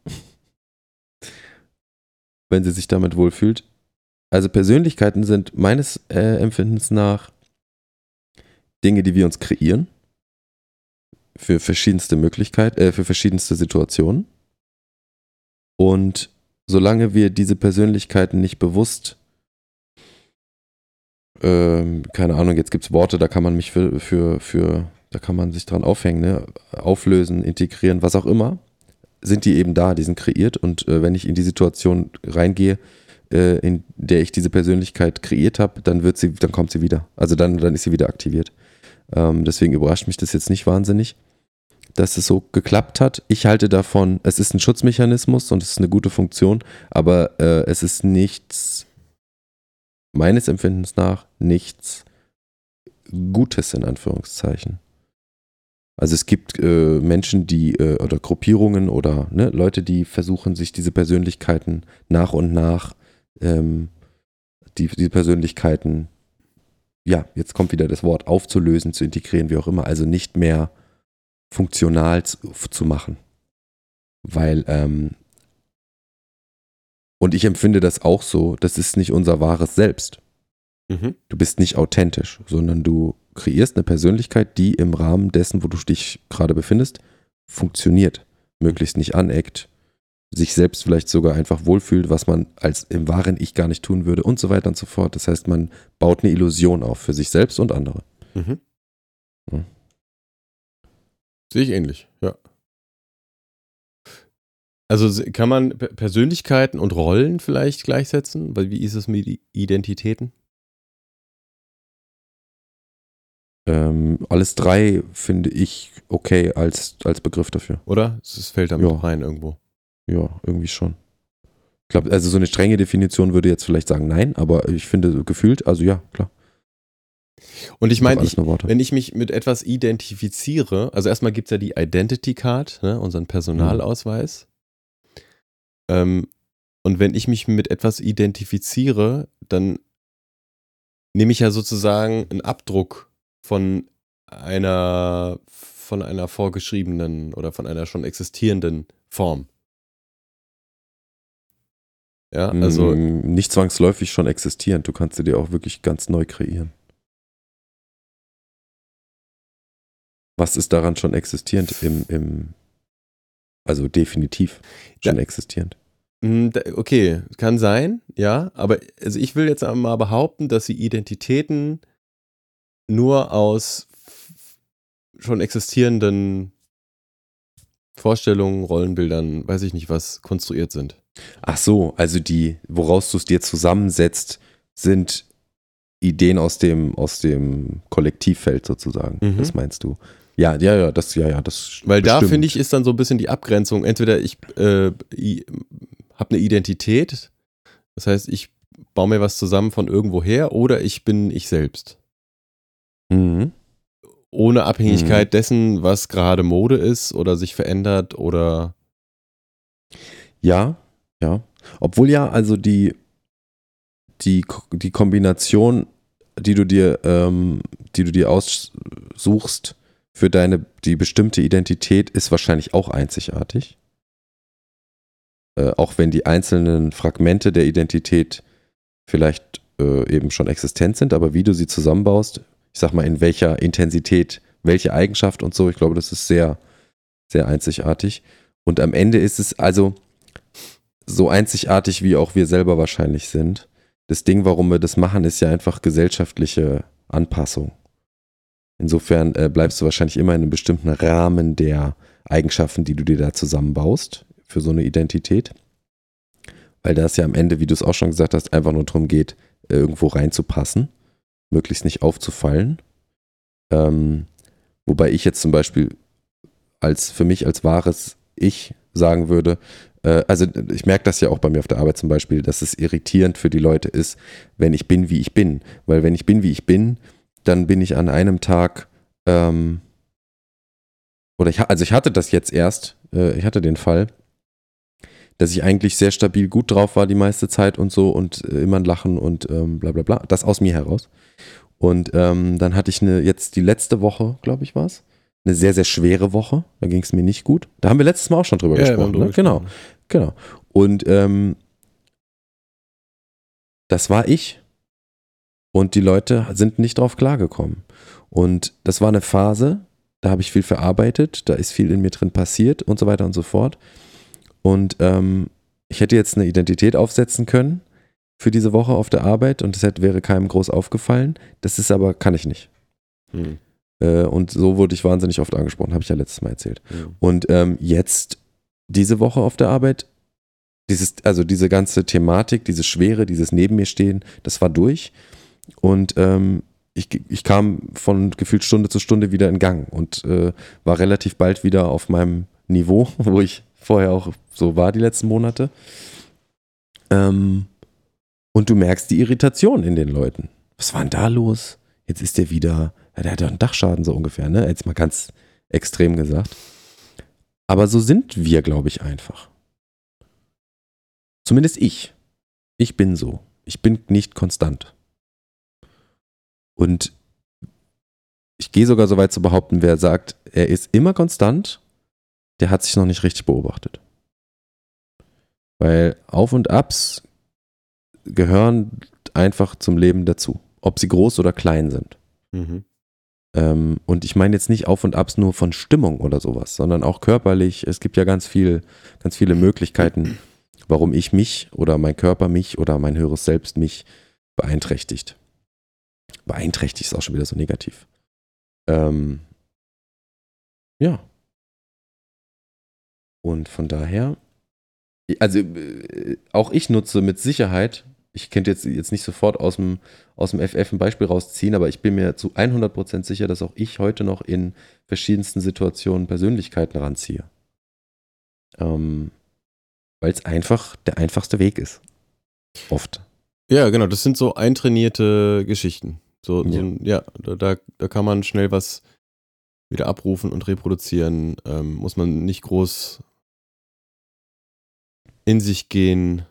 wenn sie sich damit wohlfühlt. Also Persönlichkeiten sind meines äh, Empfindens nach Dinge, die wir uns kreieren für verschiedenste Möglichkeiten, äh, für verschiedenste Situationen. Und solange wir diese Persönlichkeiten nicht bewusst, ähm, keine Ahnung, jetzt gibt es Worte, da kann man mich für, für, für, da kann man sich dran aufhängen, ne? Auflösen, integrieren, was auch immer, sind die eben da, die sind kreiert. Und äh, wenn ich in die Situation reingehe, äh, in der ich diese Persönlichkeit kreiert habe, dann wird sie, dann kommt sie wieder. Also dann, dann ist sie wieder aktiviert. Ähm, deswegen überrascht mich das jetzt nicht wahnsinnig, dass es so geklappt hat. Ich halte davon, es ist ein Schutzmechanismus und es ist eine gute Funktion, aber äh, es ist nichts, meines Empfindens nach, nichts Gutes in Anführungszeichen. Also es gibt äh, Menschen, die äh, oder Gruppierungen oder ne, Leute, die versuchen, sich diese Persönlichkeiten nach und nach, ähm, die, diese Persönlichkeiten, ja, jetzt kommt wieder das Wort, aufzulösen, zu integrieren, wie auch immer, also nicht mehr funktional zu, zu machen. Weil, ähm, und ich empfinde das auch so, das ist nicht unser wahres Selbst. Mhm. Du bist nicht authentisch, sondern du kreierst eine Persönlichkeit, die im Rahmen dessen, wo du dich gerade befindest, funktioniert, möglichst nicht aneckt, sich selbst vielleicht sogar einfach wohlfühlt, was man als im wahren Ich gar nicht tun würde und so weiter und so fort. Das heißt, man baut eine Illusion auf für sich selbst und andere. Mhm. Ja. Sehe ich ähnlich, ja. Also se- kann man P- Persönlichkeiten und Rollen vielleicht gleichsetzen? Weil wie ist es mit I- Identitäten? Ähm, alles drei finde ich okay als, als Begriff dafür. Oder? Es fällt da mit Ja. rein irgendwo. Ja, irgendwie schon. Ich glaube, also so eine strenge Definition würde jetzt vielleicht sagen nein, aber ich finde gefühlt, also ja, klar. Und ich Sind doch meine, alles ich, nur Worte. wenn ich mich mit etwas identifiziere, also erstmal gibt es ja die Identity Card, ne, unseren Personalausweis. Ähm, und wenn ich mich mit etwas identifiziere, dann nehme ich ja sozusagen einen Abdruck von einer, von einer vorgeschriebenen oder von einer schon existierenden Form. Ja, also, Mm, nicht zwangsläufig schon existierend. Du kannst sie dir auch wirklich ganz neu kreieren. Was ist daran schon existierend im, im also definitiv schon Ja. existierend? mh, da- okay, kann sein, ja, aber also ich will jetzt mal behaupten, dass die Identitäten nur aus f- schon existierenden Vorstellungen, Rollenbildern, weiß ich nicht was, konstruiert sind. Ach so, also die, woraus du es dir zusammensetzt, sind Ideen aus dem, aus dem Kollektivfeld sozusagen. Mhm. Das meinst du? Ja, ja, ja, das, ja, ja, das. Weil da, bestimmt. finde ich, ist dann so ein bisschen die Abgrenzung. Entweder ich äh, habe eine Identität, das heißt, ich baue mir was zusammen von irgendwoher, oder ich bin ich selbst. Mhm. Ohne Abhängigkeit Mhm. dessen, was gerade Mode ist oder sich verändert oder. Ja, ja. Obwohl ja, also die, die, die Kombination, die du dir, ähm, die du dir aussuchst für deine, die bestimmte Identität, ist wahrscheinlich auch einzigartig. Äh, auch wenn die einzelnen Fragmente der Identität vielleicht äh, eben schon existent sind, aber wie du sie zusammenbaust, ich sag mal, in welcher Intensität, welche Eigenschaft und so, ich glaube, das ist sehr, sehr einzigartig. Und am Ende ist es also so einzigartig, wie auch wir selber wahrscheinlich sind. Das Ding, warum wir das machen, ist ja einfach gesellschaftliche Anpassung. Insofern äh, bleibst du wahrscheinlich immer in einem bestimmten Rahmen der Eigenschaften, die du dir da zusammenbaust für so eine Identität. Weil da es ja am Ende, wie du es auch schon gesagt hast, einfach nur darum geht, äh, irgendwo reinzupassen, möglichst nicht aufzufallen. Ähm, wobei ich jetzt zum Beispiel als für mich als wahres Ich sagen würde, äh, also ich merke das ja auch bei mir auf der Arbeit zum Beispiel, dass es irritierend für die Leute ist, wenn ich bin, wie ich bin. Weil wenn ich bin, wie ich bin, dann bin ich an einem Tag, ähm, oder ich, also ich hatte das jetzt erst, äh, ich hatte den Fall, dass ich eigentlich sehr stabil gut drauf war die meiste Zeit und so und äh, immer ein Lachen und ähm, bla bla bla, das aus mir heraus. Und ähm, dann hatte ich eine, jetzt die letzte Woche, glaube ich, war es, eine sehr, sehr schwere Woche. Da ging es mir nicht gut. Da haben wir letztes Mal auch schon drüber Ja, gesprochen. drüber Ne? Genau, gesprochen. genau. Und ähm, das war ich. Und die Leute sind nicht drauf klargekommen. Und das war eine Phase, da habe ich viel verarbeitet, da ist viel in mir drin passiert und so weiter und so fort. Und ähm, ich hätte jetzt eine Identität aufsetzen können für diese Woche auf der Arbeit und das hätte, wäre keinem groß aufgefallen. Das ist aber, kann ich nicht. Hm. Äh, und so wurde ich wahnsinnig oft angesprochen, habe ich ja letztes Mal erzählt. Hm. Und ähm, jetzt, diese Woche auf der Arbeit, dieses, also diese ganze Thematik, diese Schwere, dieses Neben mir stehen, das war durch. Und ähm, ich, ich kam von gefühlt Stunde zu Stunde wieder in Gang und äh, war relativ bald wieder auf meinem Niveau, wo ich vorher auch so war die letzten Monate. Ähm, und du merkst die Irritation in den Leuten. Was war denn da los? Jetzt ist der wieder, ja, der hat ja einen Dachschaden so ungefähr, ne? Jetzt mal ganz extrem gesagt. Aber so sind wir, glaube ich, einfach. Zumindest ich. Ich bin so. Ich bin nicht konstant. Und ich gehe sogar so weit zu behaupten, wer sagt, er ist immer konstant, der hat sich noch nicht richtig beobachtet. Weil Auf und Abs gehören einfach zum Leben dazu. Ob sie groß oder klein sind. Mhm. Ähm, und ich meine jetzt nicht Auf und Abs nur von Stimmung oder sowas, sondern auch körperlich. Es gibt ja ganz viel, ganz viele Möglichkeiten, warum ich mich oder mein Körper mich oder mein höheres Selbst mich beeinträchtigt. Beeinträchtigt ist auch schon wieder so negativ. Ähm, ja. Und von daher, also äh, auch ich nutze mit Sicherheit, ich könnte jetzt, jetzt nicht sofort aus dem, aus dem F F ein Beispiel rausziehen, aber ich bin mir zu hundert Prozent sicher, dass auch ich heute noch in verschiedensten Situationen Persönlichkeiten ranziehe. Ähm, Weil es einfach der einfachste Weg ist. Oft. Ja, genau, das sind so eintrainierte Geschichten. So, Ja. so ein, ja, da, da kann man schnell was wieder abrufen und reproduzieren. Ähm, muss man nicht groß in sich gehen.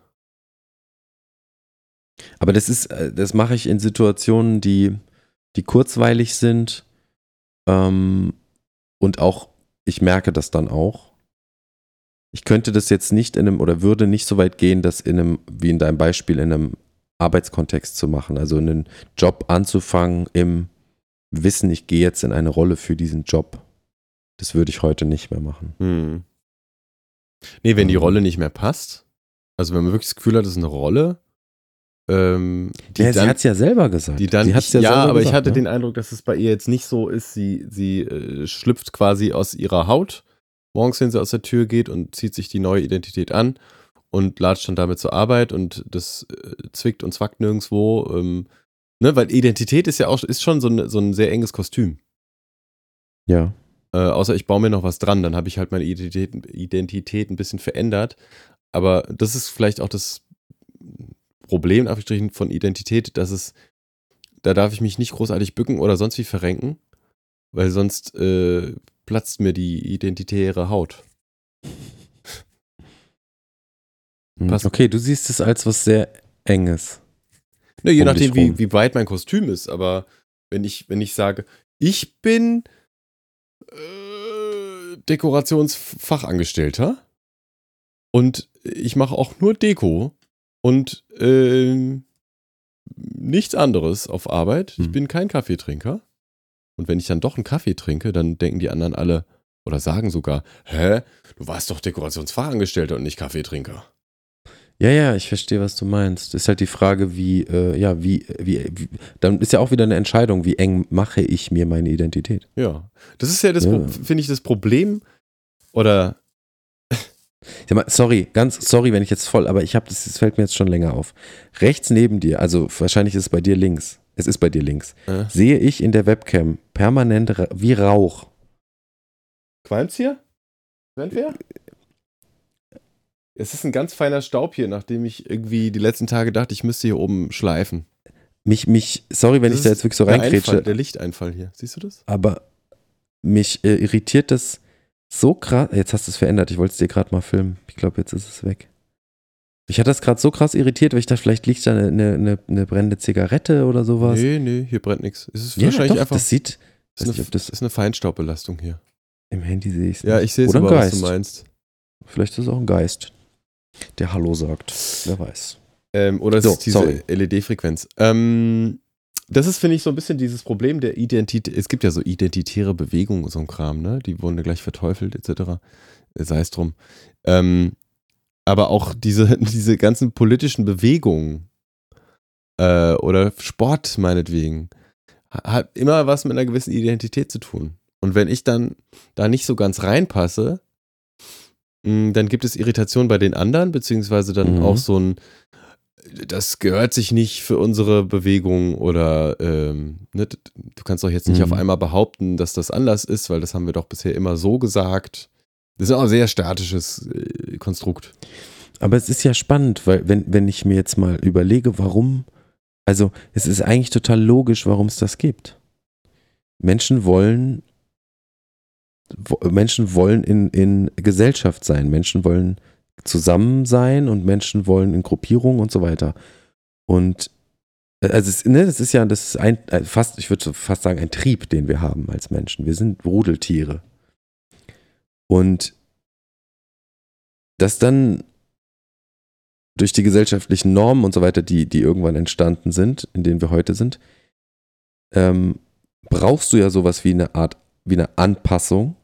Aber das ist, äh, das mache ich in Situationen, die, die kurzweilig sind. Ähm, und auch, ich merke das dann auch. Ich könnte das jetzt nicht in einem, oder würde nicht so weit gehen, das in einem, wie in deinem Beispiel, in einem Arbeitskontext zu machen. Also einen Job anzufangen im Wissen, ich gehe jetzt in eine Rolle für diesen Job. Das würde ich heute nicht mehr machen. Hm. Nee, wenn die Ähm. Rolle nicht mehr passt, also wenn man wirklich das Gefühl hat, das ist eine Rolle, ähm, die Ja, dann, sie hat es ja selber gesagt. die dann, sie hat's ich, ja, ja, selber aber gesagt, ich hatte ne? den Eindruck, dass es bei ihr jetzt nicht so ist. Sie, sie äh, schlüpft quasi aus ihrer Haut, morgens, wenn sie aus der Tür geht und zieht sich die neue Identität an und latscht dann damit zur Arbeit und das äh, zwickt und zwackt nirgendwo. Ähm, ne, weil Identität ist ja auch ist schon so ein, so ein sehr enges Kostüm. Ja. Äh, außer ich baue mir noch was dran, dann habe ich halt meine Identität, Identität ein bisschen verändert. Aber das ist vielleicht auch das Problem, Anführungsstrichen, von Identität, dass es, da darf ich mich nicht großartig bücken oder sonst wie verrenken, weil sonst äh, platzt mir die identitäre Haut. Hm, Passt. Okay, du siehst es als was sehr Enges. Ne, je Um nachdem, dich wie, rum. wie weit mein Kostüm ist, aber wenn ich, wenn ich sage, ich bin äh, Dekorationsfachangestellter und ich mache auch nur Deko und ähm, nichts anderes auf Arbeit. Ich Hm. bin kein Kaffeetrinker. Und wenn ich dann doch einen Kaffee trinke, dann denken die anderen alle oder sagen sogar, hä, du warst doch Dekorationsfachangestellter und nicht Kaffeetrinker. Ja, ja, ich verstehe, was du meinst. Ist halt die Frage, wie, äh, ja, wie, wie, wie, dann ist ja auch wieder eine Entscheidung, wie eng mache ich mir meine Identität. Ja, das ist ja das, Ja. Pro- finde ich, das Problem oder Sag mal, sorry, ganz sorry, wenn ich jetzt voll, aber ich habe das, das fällt mir jetzt schon länger auf. Rechts neben dir, also wahrscheinlich ist es bei dir links, es ist bei dir links, äh, sehe ich in der Webcam permanent ra- wie Rauch. qualmt's hier? Brennt wer? Es ist ein ganz feiner Staub hier, nachdem ich irgendwie die letzten Tage dachte, ich müsste hier oben schleifen. Mich, mich, sorry, wenn Das ich da ist jetzt wirklich so der Einfall, reinkrätsche, der Lichteinfall hier. Siehst du das? aber mich äh, irritiert das so krass. Jetzt hast du es verändert, ich wollte es dir gerade mal filmen. Ich glaube, jetzt ist es weg. Mich hat das gerade so krass irritiert, weil ich dachte, vielleicht liegt da eine, eine, eine brennende Zigarette oder sowas. Nee, nee, hier brennt nichts. Es ist Ja, wahrscheinlich doch, einfach. das sieht, Das ist, weiß nicht, eine, ob das das ist eine Feinstaubbelastung hier. im Handy sehe ich es Ja, nicht. ich sehe es Oder ein aber, was Geist. du meinst. Vielleicht ist es auch ein Geist, der Hallo sagt. Wer weiß. Ähm, oder es So, ist diese sorry. L E D-Frequenz. Ähm, das ist, finde ich, so ein bisschen dieses Problem der Identität. Es gibt ja so identitäre Bewegungen, so ein Kram, ne? Die wurden ja gleich verteufelt, et cetera. Sei es drum. Ähm, aber auch diese, diese ganzen politischen Bewegungen äh, oder Sport meinetwegen, ha- hat immer was mit einer gewissen Identität zu tun. Und wenn ich dann da nicht so ganz reinpasse, mh, dann gibt es Irritation bei den anderen, beziehungsweise dann Mhm. auch so ein, das gehört sich nicht für unsere Bewegung oder ähm, ne, d- du kannst doch jetzt nicht Mhm. auf einmal behaupten, dass das anders ist, weil das haben wir doch bisher immer so gesagt. Das ist auch ein sehr statisches äh, Konstrukt. Aber es ist ja spannend, weil wenn, wenn ich mir jetzt mal überlege, warum, also es ist eigentlich total logisch, warum es das gibt. Menschen wollen, wo, Menschen wollen in, in Gesellschaft sein, Menschen wollen zusammen sein und Menschen wollen in Gruppierungen und so weiter. Und äh, also es, ne, das ist ja, das ist ein, äh, fast, ich würde so fast sagen, ein Trieb, den wir haben als Menschen. Wir sind Rudeltiere. Und das dann durch die gesellschaftlichen Normen und so weiter, die, die irgendwann entstanden sind, in denen wir heute sind, ähm, brauchst du ja sowas wie eine Art, wie eine Anpassung,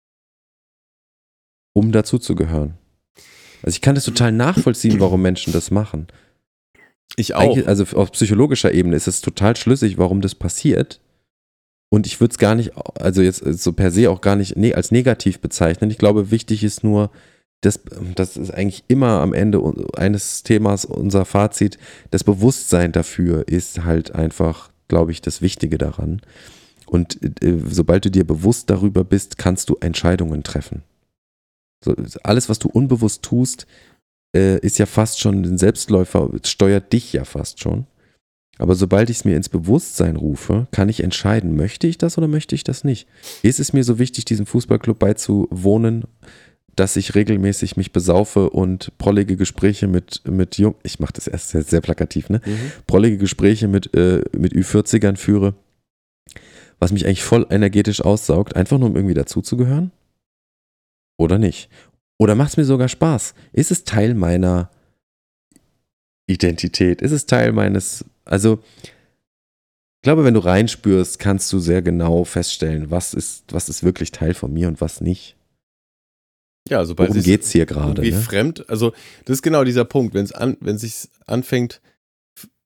um dazuzugehören. Also ich kann das total nachvollziehen, warum Menschen das machen. Ich auch. Eigentlich, also auf psychologischer Ebene ist es total schlüssig, warum das passiert. Und ich würde es gar nicht, also jetzt so per se auch gar nicht ne, als negativ bezeichnen. Ich glaube, wichtig ist nur, das, das ist eigentlich immer am Ende eines Themas unser Fazit, das Bewusstsein dafür ist halt einfach, glaube ich, das Wichtige daran. Und äh, sobald du dir bewusst darüber bist, kannst du Entscheidungen treffen. So, alles, was du unbewusst tust, äh, ist ja fast schon ein Selbstläufer, steuert dich ja fast schon. Aber sobald ich es mir ins Bewusstsein rufe, kann ich entscheiden, möchte ich das oder möchte ich das nicht? Ist es mir so wichtig, diesem Fußballclub beizuwohnen, dass ich regelmäßig mich besaufe und prollige Gespräche mit, mit Jung, ich mache das erst sehr, sehr plakativ, ne? Mhm. Prollige Gespräche mit, äh, mit Ü vierzigern führe, was mich eigentlich voll energetisch aussaugt, einfach nur um irgendwie dazuzugehören? Oder nicht? Oder macht es mir sogar Spaß? Ist es Teil meiner Identität? Ist es Teil meines, also ich glaube, wenn du reinspürst, kannst du sehr genau feststellen, was ist, was ist wirklich Teil von mir und was nicht. Ja, sobald Worum es geht es hier gerade? irgendwie Ne? fremd, also das ist genau dieser Punkt, wenn es an, wenn sich anfängt,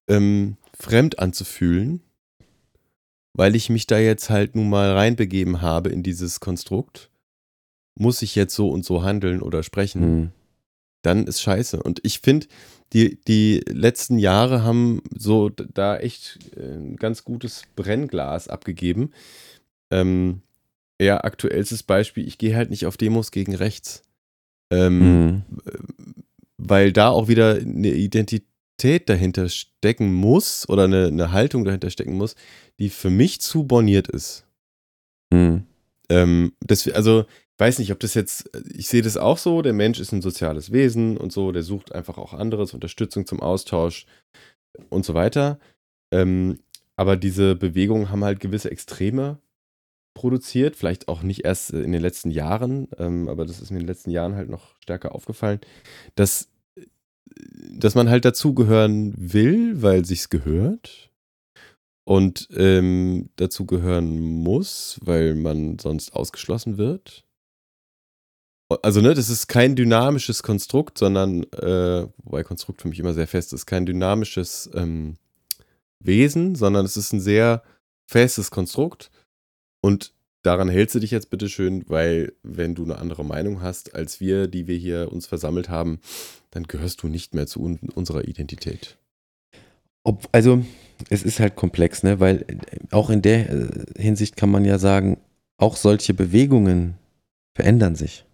ähm, fremd anzufühlen, weil ich mich da jetzt halt nun mal reinbegeben habe in dieses Konstrukt, muss ich jetzt so und so handeln oder sprechen, Hm. dann ist scheiße. Und ich finde, die, die letzten Jahre haben so d- da echt äh, ein ganz gutes Brennglas abgegeben. Ähm, ja, aktuellstes Beispiel, ich gehe halt nicht auf Demos gegen rechts. Ähm, Hm. weil da auch wieder eine Identität dahinter stecken muss oder eine, eine Haltung dahinter stecken muss, die für mich zu borniert ist. Hm. Ähm, das, also, ich weiß nicht, ob das jetzt, ich sehe das auch so, der Mensch ist ein soziales Wesen und so, der sucht einfach auch anderes, Unterstützung zum Austausch und so weiter. Ähm, aber diese Bewegungen haben halt gewisse Extreme produziert, vielleicht auch nicht erst in den letzten Jahren, ähm, aber das ist mir in den letzten Jahren halt noch stärker aufgefallen, dass, dass man halt dazugehören will, weil sich's gehört und ähm, dazugehören muss, weil man sonst ausgeschlossen wird. Also, ne, das ist kein dynamisches Konstrukt, sondern, äh, wobei Konstrukt für mich immer sehr fest ist, kein dynamisches ähm, Wesen, sondern es ist ein sehr festes Konstrukt. Und daran hältst du dich jetzt bitte schön, weil wenn du eine andere Meinung hast als wir, die wir hier uns versammelt haben, dann gehörst du nicht mehr zu un unserer Identität. Ob, also, es ist halt komplex, ne? Weil äh, auch in der äh, Hinsicht kann man ja sagen, auch solche Bewegungen verändern sich.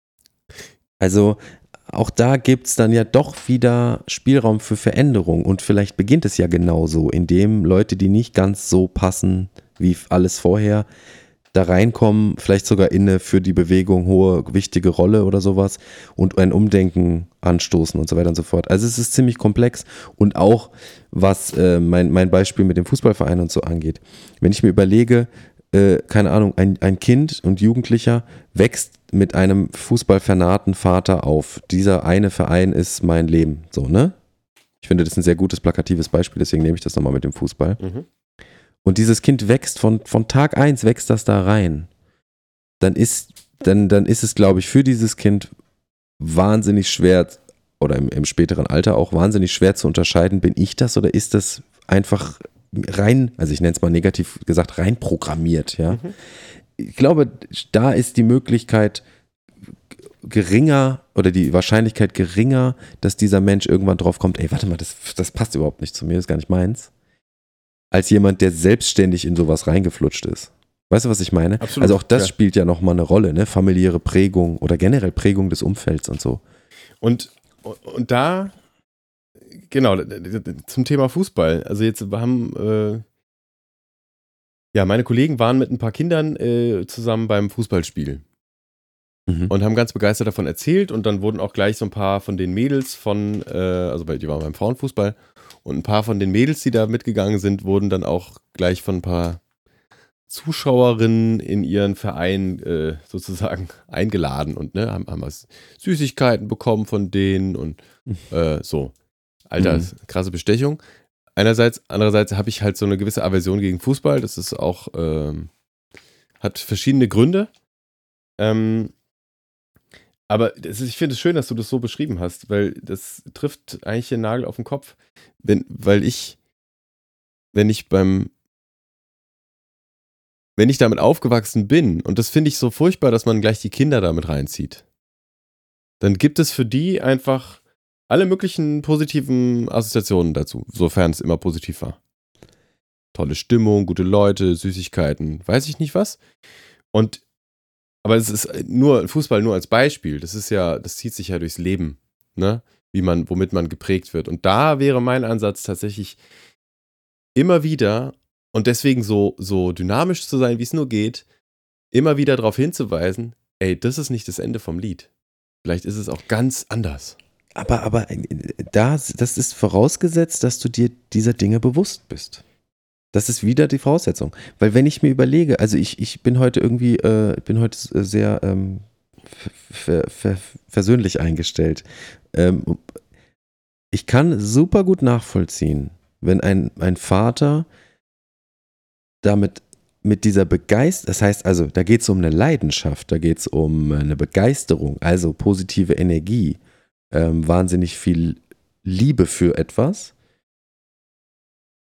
Also, auch da gibt es dann ja doch wieder Spielraum für Veränderung und vielleicht beginnt es ja genauso, indem Leute, die nicht ganz so passen wie alles vorher, da reinkommen, vielleicht sogar in eine für die Bewegung hohe, wichtige Rolle oder sowas und ein Umdenken anstoßen und so weiter und so fort. Also es ist ziemlich komplex und auch was äh, mein, mein Beispiel mit dem Fußballverein und so angeht. Wenn ich mir überlege, äh, keine Ahnung, ein, ein Kind und Jugendlicher wächst mit einem fußballfanaten Vater auf. Dieser eine Verein ist mein Leben, so, ne? Ich finde, das ist ein sehr gutes, plakatives Beispiel, deswegen nehme ich das nochmal mit dem Fußball. Mhm. Und dieses Kind wächst von, von Tag eins, wächst das da rein. Dann ist, dann, dann ist es, glaube ich, für dieses Kind wahnsinnig schwer, oder im, im späteren Alter auch wahnsinnig schwer zu unterscheiden, bin ich das oder ist das einfach rein, also ich nenne es mal negativ gesagt, rein programmiert, ja. Mhm. Ich glaube, da ist die Möglichkeit geringer oder die Wahrscheinlichkeit geringer, dass dieser Mensch irgendwann drauf kommt, ey, warte mal, das, das passt überhaupt nicht zu mir, das ist gar nicht meins, als jemand, der selbstständig in sowas reingeflutscht ist. Weißt du, was ich meine? Absolut, also auch das ja. spielt ja nochmal eine Rolle, ne? Familiäre Prägung oder generell Prägung des Umfelds und so. Und, und da, genau, zum Thema Fußball. Also jetzt wir haben, äh, ja, meine Kollegen waren mit ein paar Kindern äh, zusammen beim Fußballspiel Mhm. und haben ganz begeistert davon erzählt und dann wurden auch gleich so ein paar von den Mädels von, äh, also bei, die waren beim Frauenfußball und ein paar von den Mädels, die da mitgegangen sind, wurden dann auch gleich von ein paar Zuschauerinnen in ihren Verein äh, sozusagen eingeladen und ne, haben, haben was Süßigkeiten bekommen von denen und äh, so. Alter, Mhm. krasse Bestechung. Einerseits, andererseits habe ich halt so eine gewisse Aversion gegen Fußball. Das ist auch, ähm, hat verschiedene Gründe. Ähm, aber das ist, ich finde es schön, dass du das so beschrieben hast, weil das trifft eigentlich den Nagel auf den Kopf. Wenn, weil ich, wenn ich beim wenn ich damit aufgewachsen bin, und das finde ich so furchtbar, dass man gleich die Kinder damit reinzieht, dann gibt es für die einfach alle möglichen positiven Assoziationen dazu, sofern es immer positiv war. Tolle Stimmung, gute Leute, Süßigkeiten, weiß ich nicht was. Und, aber es ist nur, Fußball nur als Beispiel, das ist ja, das zieht sich ja durchs Leben, ne? Wie man, womit man geprägt wird. Und da wäre mein Ansatz tatsächlich immer wieder, und deswegen so, so dynamisch zu sein, wie es nur geht, immer wieder darauf hinzuweisen, ey, das ist nicht das Ende vom Lied. Vielleicht ist es auch ganz anders. Aber, aber das, das ist vorausgesetzt, dass du dir dieser Dinge bewusst bist. Das ist wieder die Voraussetzung. Weil wenn ich mir überlege, also ich, ich bin heute irgendwie, äh, bin heute sehr ähm, ver, ver, versöhnlich eingestellt. Ähm, ich kann super gut nachvollziehen, wenn ein, ein Vater damit mit dieser Begeisterung, das heißt also, da geht es um eine Leidenschaft, da geht es um eine Begeisterung, also positive Energie, ähm, wahnsinnig viel Liebe für etwas.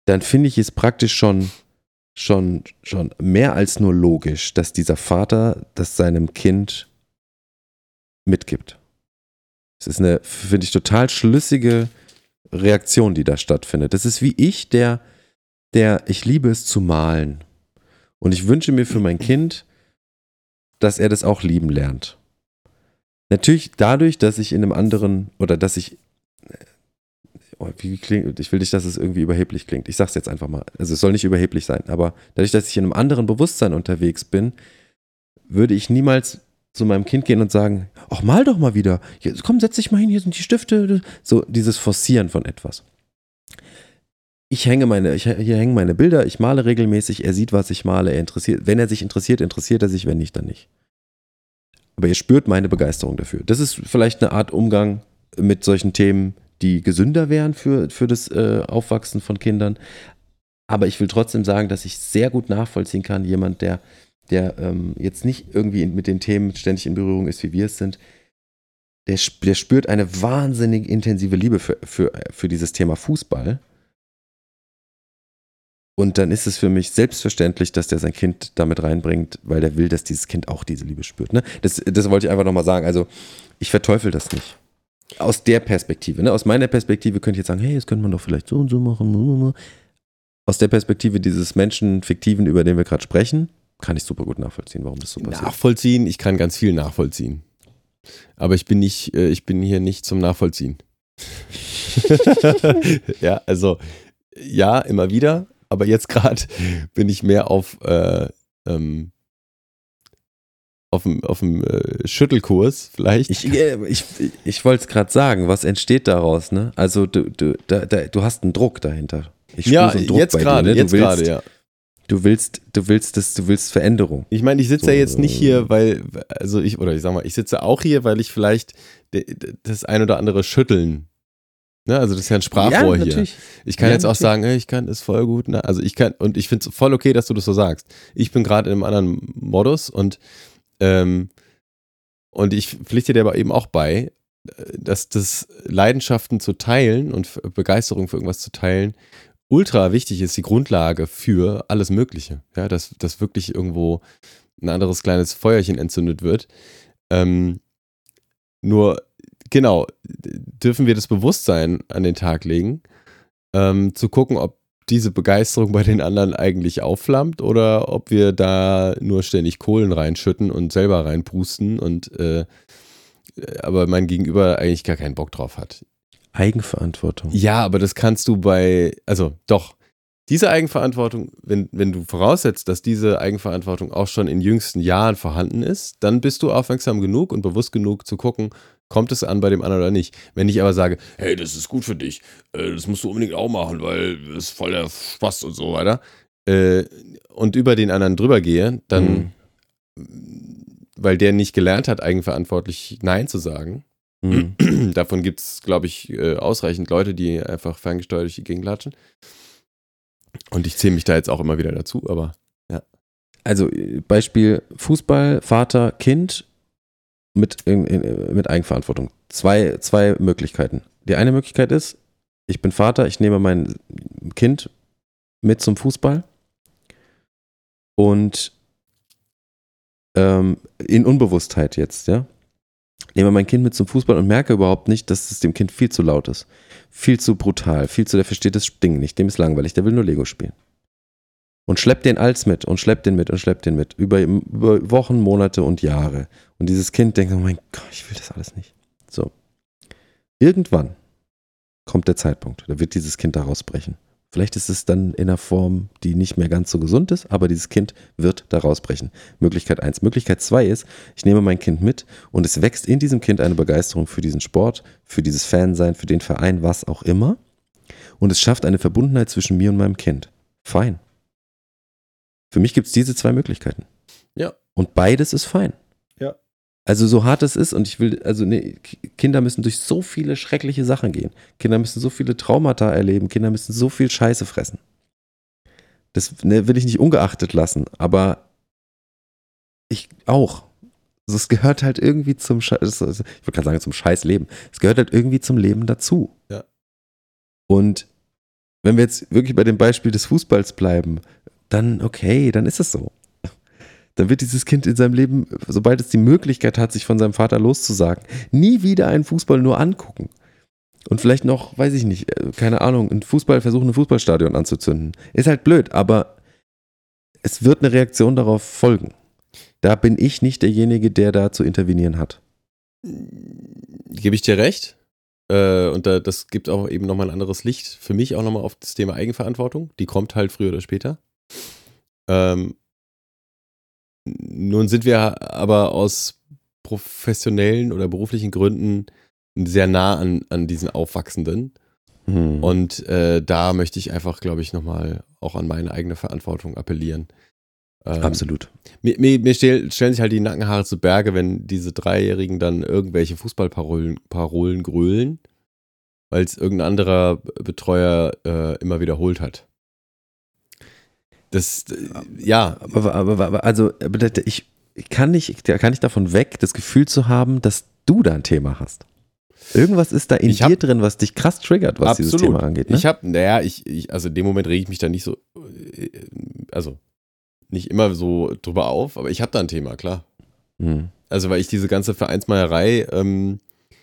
dann finde ich es praktisch schon, schon, schon mehr als nur logisch, dass dieser Vater das seinem Kind mitgibt. Es ist eine, finde ich, total schlüssige Reaktion, die da stattfindet. Das ist wie ich, der, der, ich liebe es zu malen. Und ich wünsche mir für mein Kind, dass er das auch lieben lernt. Natürlich dadurch, dass ich in einem anderen, oder dass ich, oh, wie klingt, ich will nicht, dass es irgendwie überheblich klingt. Ich sag's jetzt einfach mal. Also es soll nicht überheblich sein, aber dadurch, dass ich in einem anderen Bewusstsein unterwegs bin, würde ich niemals zu meinem Kind gehen und sagen, ach, mal doch mal wieder. Hier, komm, setz dich mal hin, hier sind die Stifte. So dieses Forcieren von etwas. Ich hänge meine, ich, hier hängen meine Bilder, ich male regelmäßig, er sieht, was ich male, er interessiert, wenn er sich interessiert, interessiert er sich, wenn nicht, dann nicht. Aber ihr spürt meine Begeisterung dafür. Das ist vielleicht eine Art Umgang mit solchen Themen, die gesünder wären für, für das äh, Aufwachsen von Kindern. Aber ich will trotzdem sagen, dass ich sehr gut nachvollziehen kann, jemand, der der ähm, jetzt nicht irgendwie mit den Themen ständig in Berührung ist, wie wir es sind, der, der spürt eine wahnsinnig intensive Liebe für, für, für dieses Thema Fußball. Und dann ist es für mich selbstverständlich, dass der sein Kind damit reinbringt, weil der will, dass dieses Kind auch diese Liebe spürt. Ne? Das, das wollte ich einfach nochmal sagen. Also ich verteufel das nicht. Aus der Perspektive. Ne? Aus meiner Perspektive könnte ich jetzt sagen, hey, das könnte man doch vielleicht so und so machen. Aus der Perspektive dieses Menschen Fiktiven, über den wir gerade sprechen, kann ich super gut nachvollziehen, warum das so passiert. Nachvollziehen, ich kann ganz viel nachvollziehen. Aber ich bin nicht, ich bin hier nicht zum Nachvollziehen. Ja, also ja, immer wieder, aber jetzt gerade bin ich mehr auf äh, ähm, auf dem, auf dem äh, Schüttelkurs vielleicht. Ich, ich, ich wollte es gerade sagen, was entsteht daraus, ne? Also du, du, da, da, du hast einen Druck dahinter. Ich ja, so einen Druck jetzt gerade, ne? jetzt gerade, ja. Du willst, du willst das, du willst Veränderung. Ich meine, ich sitze so, ja jetzt nicht hier, weil, also ich, oder ich sag mal, ich sitze auch hier, weil ich vielleicht das ein oder andere schütteln. Ne? Also das ist ja ein Sprachrohr ja, hier. Ich kann ja, jetzt auch natürlich sagen, hey, ich kann das voll gut. Ne? Also ich kann, und ich finde es voll okay, dass du das so sagst. Ich bin gerade in einem anderen Modus und, ähm, und ich pflichte dir aber eben auch bei, dass das Leidenschaften zu teilen und Begeisterung für irgendwas zu teilen ultra wichtig ist, die Grundlage für alles Mögliche. Ja, dass, dass wirklich irgendwo ein anderes kleines Feuerchen entzündet wird. Ähm, nur, genau, dürfen wir das Bewusstsein an den Tag legen, ähm, zu gucken, ob diese Begeisterung bei den anderen eigentlich aufflammt oder ob wir da nur ständig Kohlen reinschütten und selber reinpusten und äh, aber mein Gegenüber eigentlich gar keinen Bock drauf hat. Eigenverantwortung. Ja, aber das kannst du bei, also doch, diese Eigenverantwortung, wenn, wenn du voraussetzt, dass diese Eigenverantwortung auch schon in jüngsten Jahren vorhanden ist, dann bist du aufmerksam genug und bewusst genug zu gucken, kommt es an bei dem anderen oder nicht. Wenn ich aber sage, hey, das ist gut für dich, das musst du unbedingt auch machen, weil das ist voll der Spaß und so weiter, und über den anderen drüber gehe, dann, mhm. weil der nicht gelernt hat, eigenverantwortlich Nein zu sagen. Mhm. Davon gibt es, glaube ich, ausreichend Leute, die einfach ferngesteuert durch die Gegend latschen. Und ich zähle mich da jetzt auch immer wieder dazu, aber ja. Also Beispiel Fußball, Vater, Kind mit, in, in, mit Eigenverantwortung. Zwei, zwei Möglichkeiten. Die eine Möglichkeit ist, ich bin Vater, ich nehme mein Kind mit zum Fußball und ähm, in Unbewusstheit jetzt, ja. Nehme mein Kind mit zum Fußball und merke überhaupt nicht, dass es dem Kind viel zu laut ist. Viel zu brutal, viel zu, der versteht das Ding nicht, dem ist langweilig, der will nur Lego spielen. Und schleppt den als mit und schleppt den mit und schleppt den mit. Über, über Wochen, Monate und Jahre. Und dieses Kind denkt, oh mein Gott, ich will das alles nicht. So. Irgendwann kommt der Zeitpunkt, da wird dieses Kind da rausbrechen. Vielleicht ist es dann in einer Form, die nicht mehr ganz so gesund ist, aber dieses Kind wird da rausbrechen. Möglichkeit eins. Möglichkeit zwei ist, ich nehme mein Kind mit und es wächst in diesem Kind eine Begeisterung für diesen Sport, für dieses Fansein, für den Verein, was auch immer. Und es schafft eine Verbundenheit zwischen mir und meinem Kind. Fein. Für mich gibt es diese zwei Möglichkeiten. Ja. Und beides ist fein. Ja. Also so hart es ist und ich will, also nee, Kinder müssen durch so viele schreckliche Sachen gehen. Kinder müssen so viele Traumata erleben. Kinder müssen so viel Scheiße fressen. Das ne, will ich nicht ungeachtet lassen, aber ich auch. Also es gehört halt irgendwie zum, Sche- ich wollte gerade sagen zum Scheißleben. Es gehört halt irgendwie zum Leben dazu. Ja. Und wenn wir jetzt wirklich bei dem Beispiel des Fußballs bleiben, dann okay, dann ist es so. Dann wird dieses Kind in seinem Leben, sobald es die Möglichkeit hat, sich von seinem Vater loszusagen, nie wieder einen Fußball nur angucken. Und vielleicht noch, weiß ich nicht, keine Ahnung, einen Fußball versuchen, ein Fußballstadion anzuzünden. Ist halt blöd, aber es wird eine Reaktion darauf folgen. Da bin ich nicht derjenige, der da zu intervenieren hat. Gebe ich dir recht. Äh, und da, das gibt auch eben nochmal ein anderes Licht. Für mich auch nochmal auf das Thema Eigenverantwortung. Die kommt halt früher oder später. Ähm, nun sind wir aber aus professionellen oder beruflichen Gründen sehr nah an, an diesen Aufwachsenden. Hm. Und äh, da möchte ich einfach, glaube ich, nochmal auch an meine eigene Verantwortung appellieren. Ähm, Absolut. Mir, mir, mir stell, stellen sich halt die Nackenhaare zu Berge, wenn diese Dreijährigen dann irgendwelche Fußballparolen Parolen grölen, weil es irgendein anderer Betreuer äh, immer wiederholt hat. Das, äh, ja. Aber, aber, aber also, ich kann nicht, kann nicht davon weg, das Gefühl zu haben, dass du da ein Thema hast. Irgendwas ist da in hab, dir drin, was dich krass triggert, was absolut. dieses Thema angeht. Ne? Ich habe, naja, ich, ich, also in dem Moment rege ich mich da nicht so, also nicht immer so drüber auf, aber ich habe da ein Thema, klar. Mhm. Also weil ich diese ganze Vereinsmeierei ähm,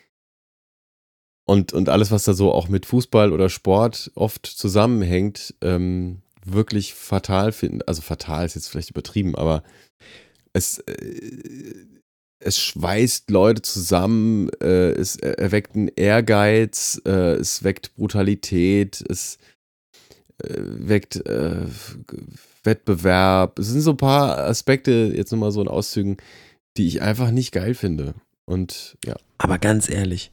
und, und alles, was da so auch mit Fußball oder Sport oft zusammenhängt, ähm, wirklich fatal finde. Also fatal ist jetzt vielleicht übertrieben, aber es, äh, es schweißt Leute zusammen, äh, es erweckt einen Ehrgeiz, äh, es weckt Brutalität, es äh, weckt äh, Wettbewerb. Es sind so ein paar Aspekte, jetzt nochmal so in Auszügen, die ich einfach nicht geil finde. Und ja. Aber ganz ehrlich,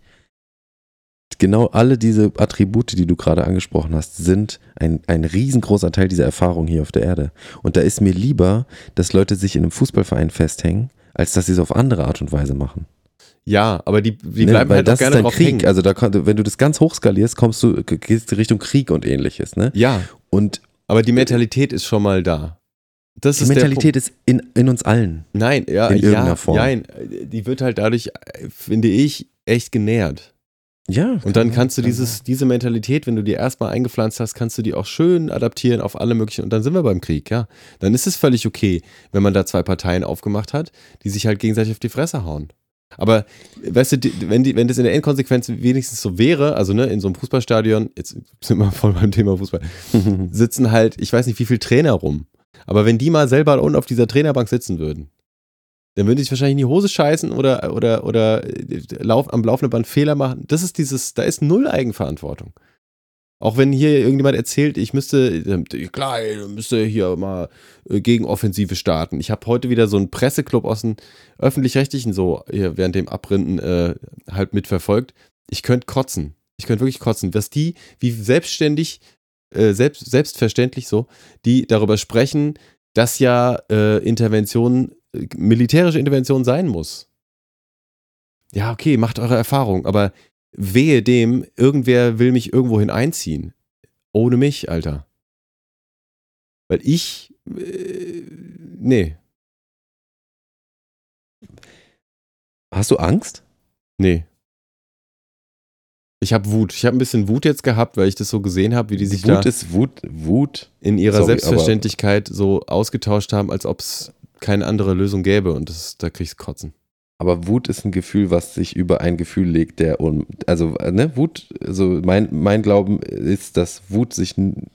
genau alle diese Attribute, die du gerade angesprochen hast, sind ein, ein riesengroßer Teil dieser Erfahrung hier auf der Erde. Und da ist mir lieber, dass Leute sich in einem Fußballverein festhängen, als dass sie es auf andere Art und Weise machen. Ja, aber die, die ne, bleiben weil halt das auch gerne ist drauf Krieg. hängen. Also da, wenn du das ganz hochskalierst, kommst du, gehst du Richtung Krieg und ähnliches. Ne? Ja, und aber die Mentalität ist schon mal da. Das die ist Mentalität der ist in, in uns allen. Nein, ja, in irgendeiner ja, Form. Nein, die wird halt dadurch, finde ich, echt genährt. Ja. Und dann kannst du dieses, diese Mentalität, wenn du die erstmal eingepflanzt hast, kannst du die auch schön adaptieren auf alle möglichen. Und dann sind wir beim Krieg, ja. Dann ist es völlig okay, wenn man da zwei Parteien aufgemacht hat, die sich halt gegenseitig auf die Fresse hauen. Aber, weißt du, die, wenn, die, wenn das in der Endkonsequenz wenigstens so wäre, also ne, in so einem Fußballstadion, jetzt sind wir voll beim Thema Fußball, sitzen halt, ich weiß nicht, wie viele Trainer rum. Aber wenn die mal selber unten auf dieser Trainerbank sitzen würden, dann würden die sich wahrscheinlich in die Hose scheißen oder, oder, oder lauf, am laufenden Band Fehler machen. Das ist dieses, da ist null Eigenverantwortung. Auch wenn hier irgendjemand erzählt, ich müsste, klar, ich müsste hier mal Gegenoffensive starten. Ich habe heute wieder so einen Presseclub aus dem Öffentlich-Rechtlichen so hier während dem Abrinden äh, halb mitverfolgt. Ich könnte kotzen. Ich könnte wirklich kotzen. Was die, wie selbstständig, äh, selbst, selbstverständlich so, die darüber sprechen, dass ja äh, Interventionen, militärische Intervention sein muss. Ja, okay, macht eure Erfahrung, aber wehe dem, irgendwer will mich irgendwohin einziehen. Ohne mich, Alter. Weil ich, äh, nee. Hast du Angst? Nee. Ich habe Wut. Ich habe ein bisschen Wut jetzt gehabt, weil ich das so gesehen habe, wie die sich Wut da ist Wut, Wut in ihrer sorry, Selbstverständlichkeit so ausgetauscht haben, als ob es keine andere Lösung gäbe. Und das, da krieg ich's kotzen. Aber Wut ist ein Gefühl, was sich über ein Gefühl legt, der, un, also, ne, Wut, also mein, mein Glauben ist, dass Wut sich,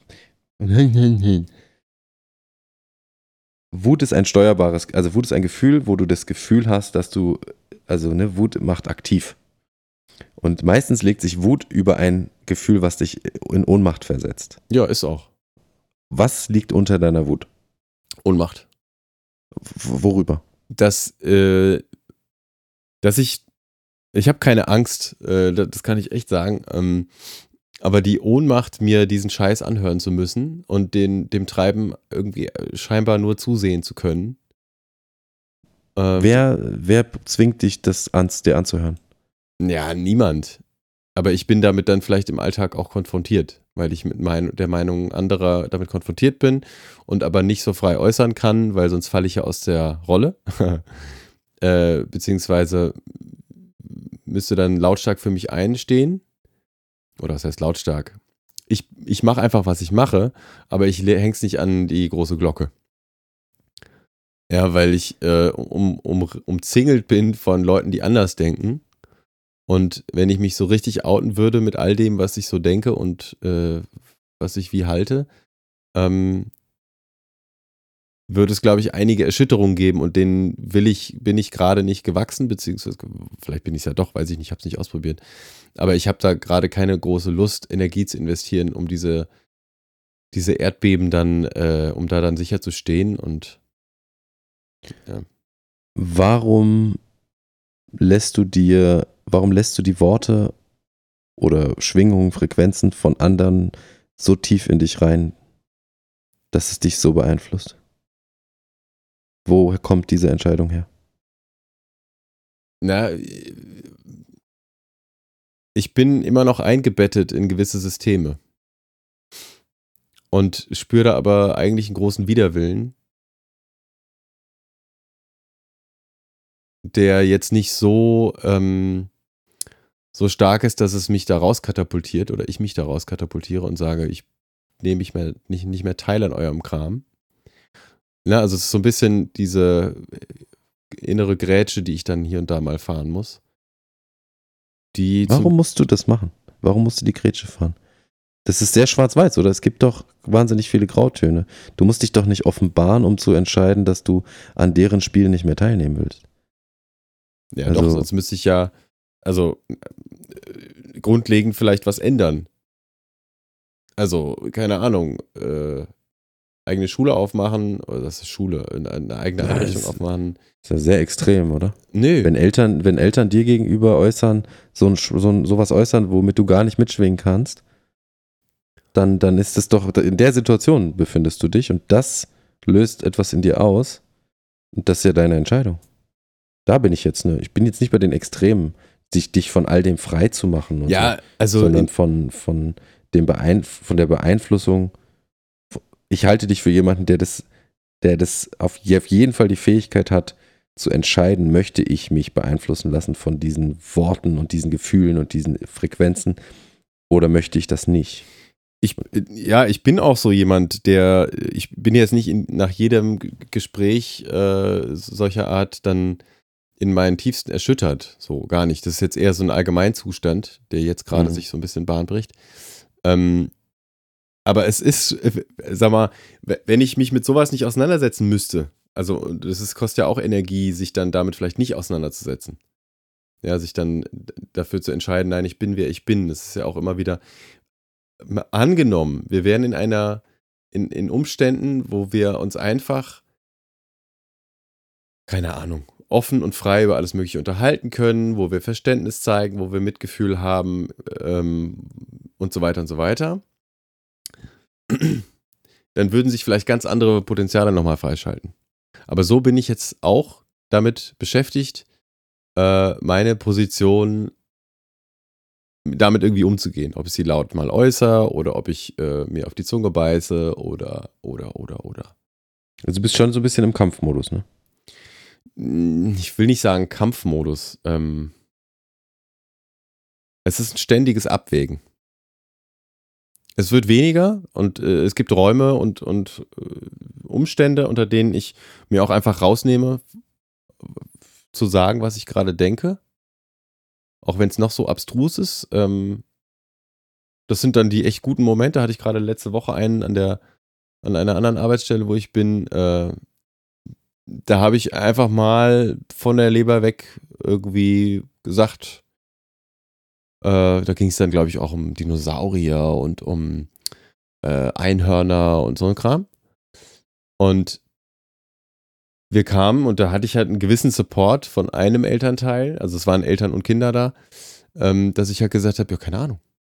Wut ist ein steuerbares, also Wut ist ein Gefühl, wo du das Gefühl hast, dass du, also, ne, Wut macht aktiv. Und meistens legt sich Wut über ein Gefühl, was dich in Ohnmacht versetzt. Ja, ist auch. Was liegt unter deiner Wut? Ohnmacht. W- worüber? Dass, äh, dass ich, ich habe keine Angst, äh, das kann ich echt sagen, ähm, aber die Ohnmacht, mir diesen Scheiß anhören zu müssen und den, dem Treiben irgendwie scheinbar nur zusehen zu können. Ähm, wer, wer zwingt dich, das ans, dir anzuhören? Ja, niemand. Aber ich bin damit dann vielleicht im Alltag auch konfrontiert, weil ich mit mein, der Meinung anderer damit konfrontiert bin und aber nicht so frei äußern kann, weil sonst falle ich ja aus der Rolle. äh, beziehungsweise müsste dann lautstark für mich einstehen. Oder was heißt lautstark? Ich ich mache einfach, was ich mache, aber ich häng's nicht an die große Glocke. Ja, weil ich äh, um, um, umzingelt bin von Leuten, die anders denken. Und wenn ich mich so richtig outen würde mit all dem, was ich so denke und äh, was ich wie halte, ähm, würde es, glaube ich, einige Erschütterungen geben und denen will ich, bin ich gerade nicht gewachsen, beziehungsweise vielleicht bin ich es ja doch, weiß ich nicht, ich habe es nicht ausprobiert. Aber ich habe da gerade keine große Lust, Energie zu investieren, um diese, diese Erdbeben dann, äh, um da dann sicher zu stehen und ja. Warum lässt du dir, warum lässt du die Worte oder Schwingungen, Frequenzen von anderen so tief in dich rein, dass es dich so beeinflusst? Woher kommt diese Entscheidung her? Na, ich bin immer noch eingebettet in gewisse Systeme und spüre da aber eigentlich einen großen Widerwillen, der jetzt nicht so, ähm, so stark ist, dass es mich da rauskatapultiert oder ich mich da rauskatapultiere und sage, ich nehme mich mehr, nicht, nicht mehr teil an eurem Kram. Na, also es ist so ein bisschen diese innere Grätsche, die ich dann hier und da mal fahren muss. Die Warum musst du das machen? Warum musst du die Grätsche fahren? Das ist sehr schwarz-weiß, oder? Es gibt doch wahnsinnig viele Grautöne. Du musst dich doch nicht offenbaren, um zu entscheiden, dass du an deren Spiel nicht mehr teilnehmen willst. Ja, Also, doch, sonst müsste ich ja, also äh, grundlegend vielleicht was ändern. Also, keine Ahnung, äh, eigene Schule aufmachen, oder das ist Schule, eine eigene Ja, Einrichtung das- aufmachen. ist ja sehr extrem, oder? Nö. Wenn Eltern, wenn Eltern dir gegenüber äußern, so, ein, so ein, sowas äußern, womit du gar nicht mitschwingen kannst, dann, dann ist es doch, in der Situation befindest du dich und das löst etwas in dir aus und das ist ja deine Entscheidung. Da bin ich jetzt, ne? Ich bin jetzt nicht bei den Extremen, sich dich von all dem frei zu machen und Ja, so, also sondern in, von, von, dem Beeinf- von der Beeinflussung. Ich halte dich für jemanden, der das, der das auf, auf jeden Fall die Fähigkeit hat, zu entscheiden, möchte ich mich beeinflussen lassen von diesen Worten und diesen Gefühlen und diesen Frequenzen oder möchte ich das nicht? ich, ja, ich bin auch so jemand, der, ich bin jetzt nicht in, nach jedem G- Gespräch äh, solcher Art dann in meinen Tiefsten erschüttert. So, gar nicht. Das ist jetzt eher so ein Allgemeinzustand, der jetzt gerade Mhm. sich so ein bisschen Bahn bricht. Ähm, aber es ist, äh, sag mal, w- wenn ich mich mit sowas nicht auseinandersetzen müsste, also das ist, kostet ja auch Energie, sich dann damit vielleicht nicht auseinanderzusetzen. Ja, sich dann d- dafür zu entscheiden, nein, ich bin, wer ich bin. Das ist ja auch immer wieder mal angenommen, wir wären in einer, in, in Umständen, wo wir uns einfach, keine Ahnung, offen und frei über alles Mögliche unterhalten können, wo wir Verständnis zeigen, wo wir Mitgefühl haben ähm, und so weiter und so weiter, dann würden sich vielleicht ganz andere Potenziale nochmal freischalten. Aber so bin ich jetzt auch damit beschäftigt, äh, meine Position damit irgendwie umzugehen. Ob ich sie laut mal äußere oder ob ich äh, mir auf die Zunge beiße oder, oder, oder, oder. Also du bist schon so ein bisschen im Kampfmodus, ne? Ich will nicht sagen Kampfmodus. Ähm, es ist ein ständiges Abwägen. Es wird weniger und äh, es gibt Räume und, und äh, Umstände, unter denen ich mir auch einfach rausnehme, zu sagen, was ich gerade denke. Auch wenn es noch so abstrus ist. Ähm, das sind dann die echt guten Momente. Hatte ich gerade letzte Woche einen an der, an einer anderen Arbeitsstelle, wo ich bin. Äh, da habe ich einfach mal von der Leber weg irgendwie gesagt, äh, da ging es dann, glaube ich, auch um Dinosaurier und um äh, Einhörner und so ein Kram. Und wir kamen und da hatte ich halt einen gewissen Support von einem Elternteil, also es waren Eltern und Kinder da, ähm, dass ich halt gesagt habe, ja, keine Ahnung.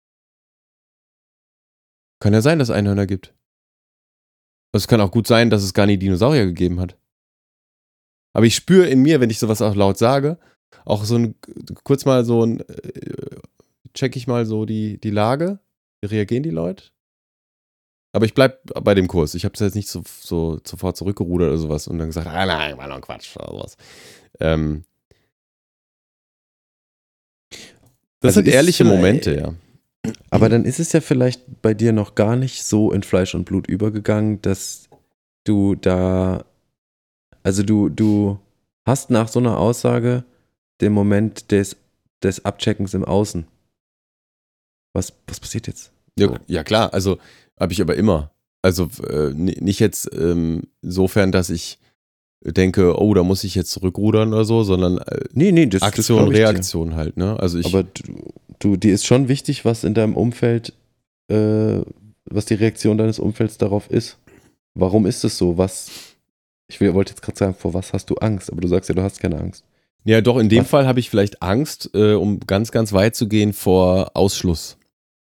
Kann ja sein, dass es Einhörner gibt. Es kann auch gut sein, dass es gar nie Dinosaurier gegeben hat. Aber ich spüre in mir, wenn ich sowas auch laut sage, auch so ein, kurz mal so ein, äh, check ich mal so die, die Lage, wie reagieren die Leute? Aber ich bleib bei dem Kurs. Ich habe es jetzt nicht so, so sofort zurückgerudert oder sowas und dann gesagt, ah nein, war noch ein Quatsch oder sowas. Ähm, das Also sind ist ehrliche vielleicht- Momente, ja. Aber dann ist es ja vielleicht bei dir noch gar nicht so in Fleisch und Blut übergegangen, dass du da, also du, du hast nach so einer Aussage den Moment des, des Abcheckens im Außen. Was, was passiert jetzt? Ja, So. ja klar, also habe ich aber immer. Also äh, n- nicht jetzt ähm, insofern, dass ich denke, oh, da muss ich jetzt zurückrudern oder so, sondern äh, Nee, nee, das, das Aktion, glaub ich dir. Reaktion halt, ne? Also ich, Aber du, du, dir ist schon wichtig, was in deinem Umfeld, äh, was die Reaktion deines Umfelds darauf ist. Warum ist es so? Was, ich will, wollte jetzt gerade sagen, vor was hast du Angst? Aber du sagst ja, du hast keine Angst. ja doch, in dem Was? Fall habe ich vielleicht Angst, äh, um ganz, ganz weit zu gehen vor Ausschluss,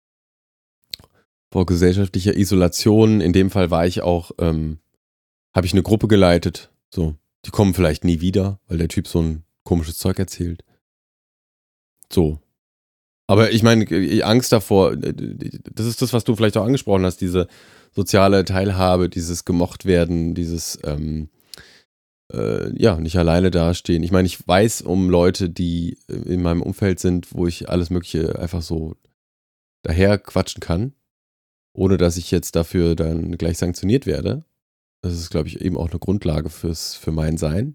vor gesellschaftlicher Isolation. In dem Fall war ich auch, ähm, habe ich eine Gruppe geleitet, so, die kommen vielleicht nie wieder, weil der Typ so ein komisches Zeug erzählt. So. Aber ich meine, äh, Angst davor, äh, das ist das, was du vielleicht auch angesprochen hast, diese soziale Teilhabe, dieses gemocht werden, dieses, ähm, äh, ja, nicht alleine dastehen. Ich meine, ich weiß um Leute, die äh, in meinem Umfeld sind, wo ich alles Mögliche einfach so daher quatschen kann, ohne dass ich jetzt dafür dann gleich sanktioniert werde. Das ist, glaube ich, eben auch eine Grundlage fürs, für mein Sein.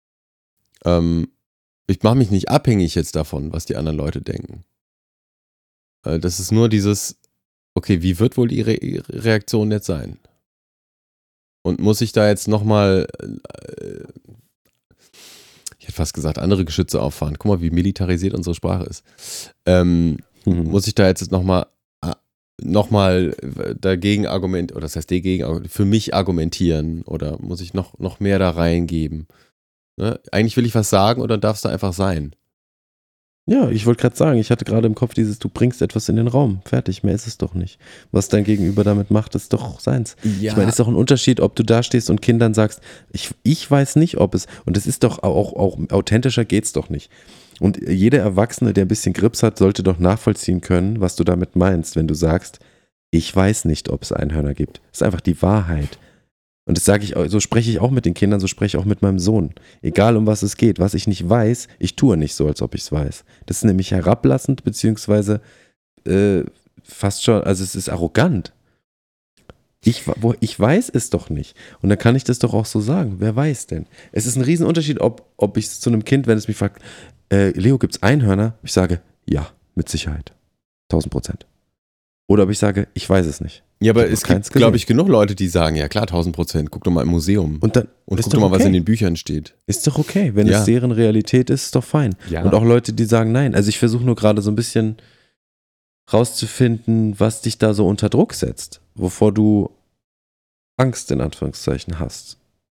Ähm, ich mache mich nicht abhängig jetzt davon, was die anderen Leute denken. Äh, das ist nur dieses, okay, wie wird wohl die Re Reaktion jetzt sein? Und muss ich da jetzt nochmal, äh, ich hätte fast gesagt, andere Geschütze auffahren. Guck mal, wie militarisiert unsere Sprache ist. Ähm, Mhm. muss ich da jetzt nochmal noch mal dagegen argumentieren, oder das heißt dagegen, für mich argumentieren oder muss ich noch, noch mehr da reingeben? Ne? Eigentlich will ich was sagen oder darf es da einfach sein? Ja, ich wollte gerade sagen, ich hatte gerade im Kopf dieses, du bringst etwas in den Raum. Fertig, mehr ist es doch nicht. Was dein Gegenüber damit macht, ist doch seins. Ja. Ich meine, es ist doch ein Unterschied, ob du da stehst und Kindern sagst, ich, ich weiß nicht, ob es, und es ist doch auch, auch authentischer geht's doch nicht. Und jeder Erwachsene, der ein bisschen Grips hat, sollte doch nachvollziehen können, was du damit meinst, wenn du sagst, ich weiß nicht, ob es Einhörner gibt. Das ist einfach die Wahrheit. Und das sage ich, so spreche ich auch mit den Kindern, so spreche ich auch mit meinem Sohn. Egal um was es geht, was ich nicht weiß, ich tue nicht so, als ob ich es weiß. Das ist nämlich herablassend, beziehungsweise äh, fast schon, also es ist arrogant. Ich, wo, ich weiß es doch nicht. Und dann kann ich das doch auch so sagen. Wer weiß denn? Es ist ein Riesenunterschied, ob, ob ich es zu einem Kind, wenn es mich fragt, äh, Leo, gibt es Einhörner? Ich sage, ja, mit Sicherheit. Tausend Prozent. Oder ob ich sage, ich weiß es nicht. Ja, aber Ich hab es noch keins gibt, glaube gesehen. ich, genug Leute, die sagen, ja klar, tausend Prozent, guck doch mal im Museum. Und dann Und ist guck doch doch mal, was okay. in den Büchern steht. Ist doch okay. Wenn Ja. es deren Realität ist, ist doch fein. Ja. Und auch Leute, die sagen nein. Also ich versuche nur gerade so ein bisschen rauszufinden, was dich da so unter Druck setzt, wovor du Angst in Anführungszeichen hast.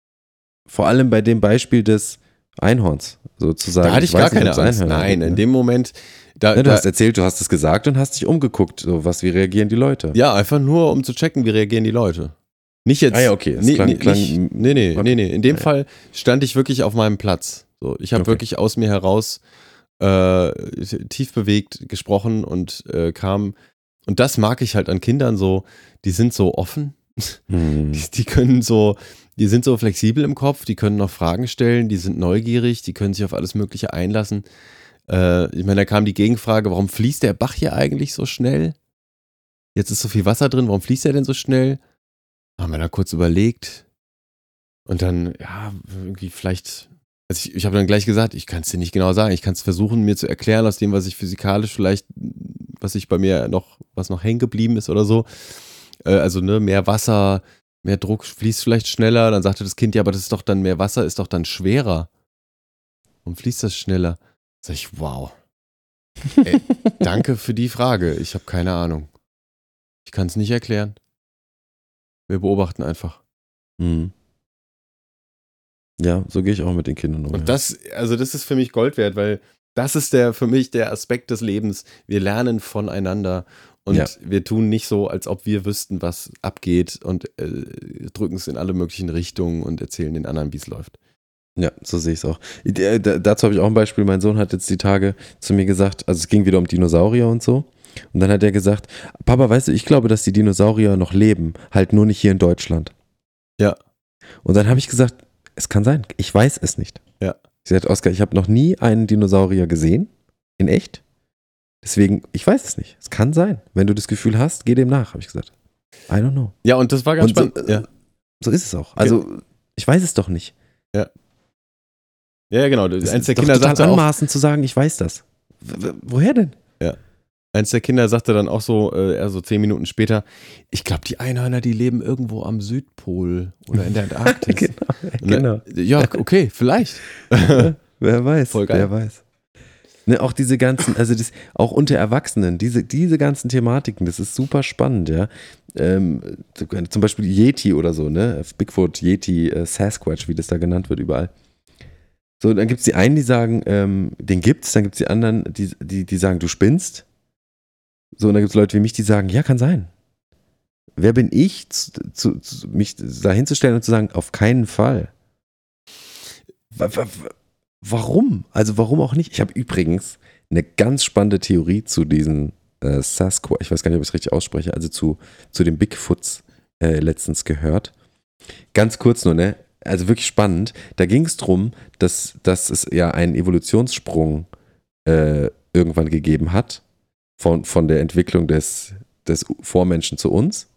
Vor allem bei dem Beispiel des Einhorns, sozusagen. Da hatte ich, weiß gar nicht, keine ob's Angst. Einhörner Nein, gibt, in ne? dem Moment, da, Ja, du da, hast erzählt, du hast es gesagt und hast dich umgeguckt. So, was, wie reagieren die Leute? ja, einfach nur, um zu checken, wie reagieren die Leute. Nicht jetzt. Ah ja, okay, es Nee, klang- nee, klang- nicht, nee, nee, okay. nee, nee. In dem Ja, ja. Fall stand ich wirklich auf meinem Platz. So, ich habe Okay. wirklich aus mir heraus äh, tief bewegt gesprochen und äh, kam. Und das mag ich halt an Kindern so, die sind so offen. Hm. Die, die können so, die sind so flexibel im Kopf, die können noch Fragen stellen, die sind neugierig, die können sich auf alles Mögliche einlassen. Äh, ich meine, da kam die Gegenfrage, warum fließt der Bach hier eigentlich so schnell? Jetzt ist so viel Wasser drin, warum fließt er denn so schnell? Haben wir da kurz überlegt. Und dann, ja, irgendwie vielleicht, also ich, ich habe dann gleich gesagt, ich kann es dir nicht genau sagen, ich kann es versuchen, mir zu erklären, aus dem, was ich physikalisch vielleicht, was ich bei mir noch, was noch hängen geblieben ist oder so. Äh, also, ne, mehr Wasser, mehr Druck fließt vielleicht schneller. Dann sagte das Kind, ja, aber das ist doch dann, mehr Wasser ist doch dann schwerer. Warum fließt das schneller? Sag ich, wow. Ey, danke für die Frage. Ich habe keine Ahnung. Ich kann es nicht erklären. Wir beobachten einfach. Hm. Ja, so gehe ich auch mit den Kindern um. Und ja. das, also das ist für mich Gold wert, weil das ist der für mich der Aspekt des Lebens. Wir lernen voneinander und Ja. wir tun nicht so, als ob wir wüssten, was abgeht und äh, drücken es in alle möglichen Richtungen und erzählen den anderen, wie es läuft. Ja, so sehe ich es auch. D- d- Dazu habe ich auch ein Beispiel. Mein Sohn hat jetzt die Tage zu mir gesagt, also es ging wieder um Dinosaurier und so. Und dann hat er gesagt, Papa, weißt du, ich glaube, dass die Dinosaurier noch leben, halt nur nicht hier in Deutschland. Ja. Und dann habe ich gesagt, es kann sein, ich weiß es nicht. Ja. Sie hat, Oskar, ich habe noch nie einen Dinosaurier gesehen, in echt. Deswegen, ich weiß es nicht. Es kann sein. Wenn du das Gefühl hast, geh dem nach, habe ich gesagt. I don't know. Ja, und das war ganz Und so, spannend. Ja. So ist es auch. Also, ich weiß es doch nicht. Ja. Ja, genau. Es Eins ist der doch Kinder total sagte auch, anmaßend zu sagen, ich weiß das. W- w- woher denn? ja. Eins der Kinder sagte dann auch so, äh, eher so zehn Minuten später, ich glaube, die Einhörner, die leben irgendwo am Südpol oder in der Antarktis. genau, Und dann, genau. Ja, okay, vielleicht. Wer weiß, Voll geil. wer weiß. Ne, auch diese ganzen, also das, auch unter Erwachsenen, diese, diese ganzen Thematiken, das ist super spannend, ja. Ähm, zum Beispiel Yeti oder so, ne? Bigfoot, Yeti, äh, Sasquatch, wie das da genannt wird, überall. So, dann gibt es die einen, die sagen, ähm, den gibt's, dann gibt es die anderen, die, die, die sagen, du spinnst. So, und dann gibt es Leute wie mich, die sagen, ja, kann sein. Wer bin ich, zu, zu, zu, mich da hinzustellen und zu sagen, auf keinen Fall? Wa- wa- wa- Warum? Also warum auch nicht? Ich habe übrigens eine ganz spannende Theorie zu diesen äh, Sasquatch, ich weiß gar nicht, ob ich es richtig ausspreche, also zu, zu den Bigfoots äh, letztens gehört. Ganz kurz nur, ne? Also wirklich spannend. Da ging es darum, dass, dass es ja einen Evolutionssprung äh, irgendwann gegeben hat von, von der Entwicklung des, des Vormenschen zu uns.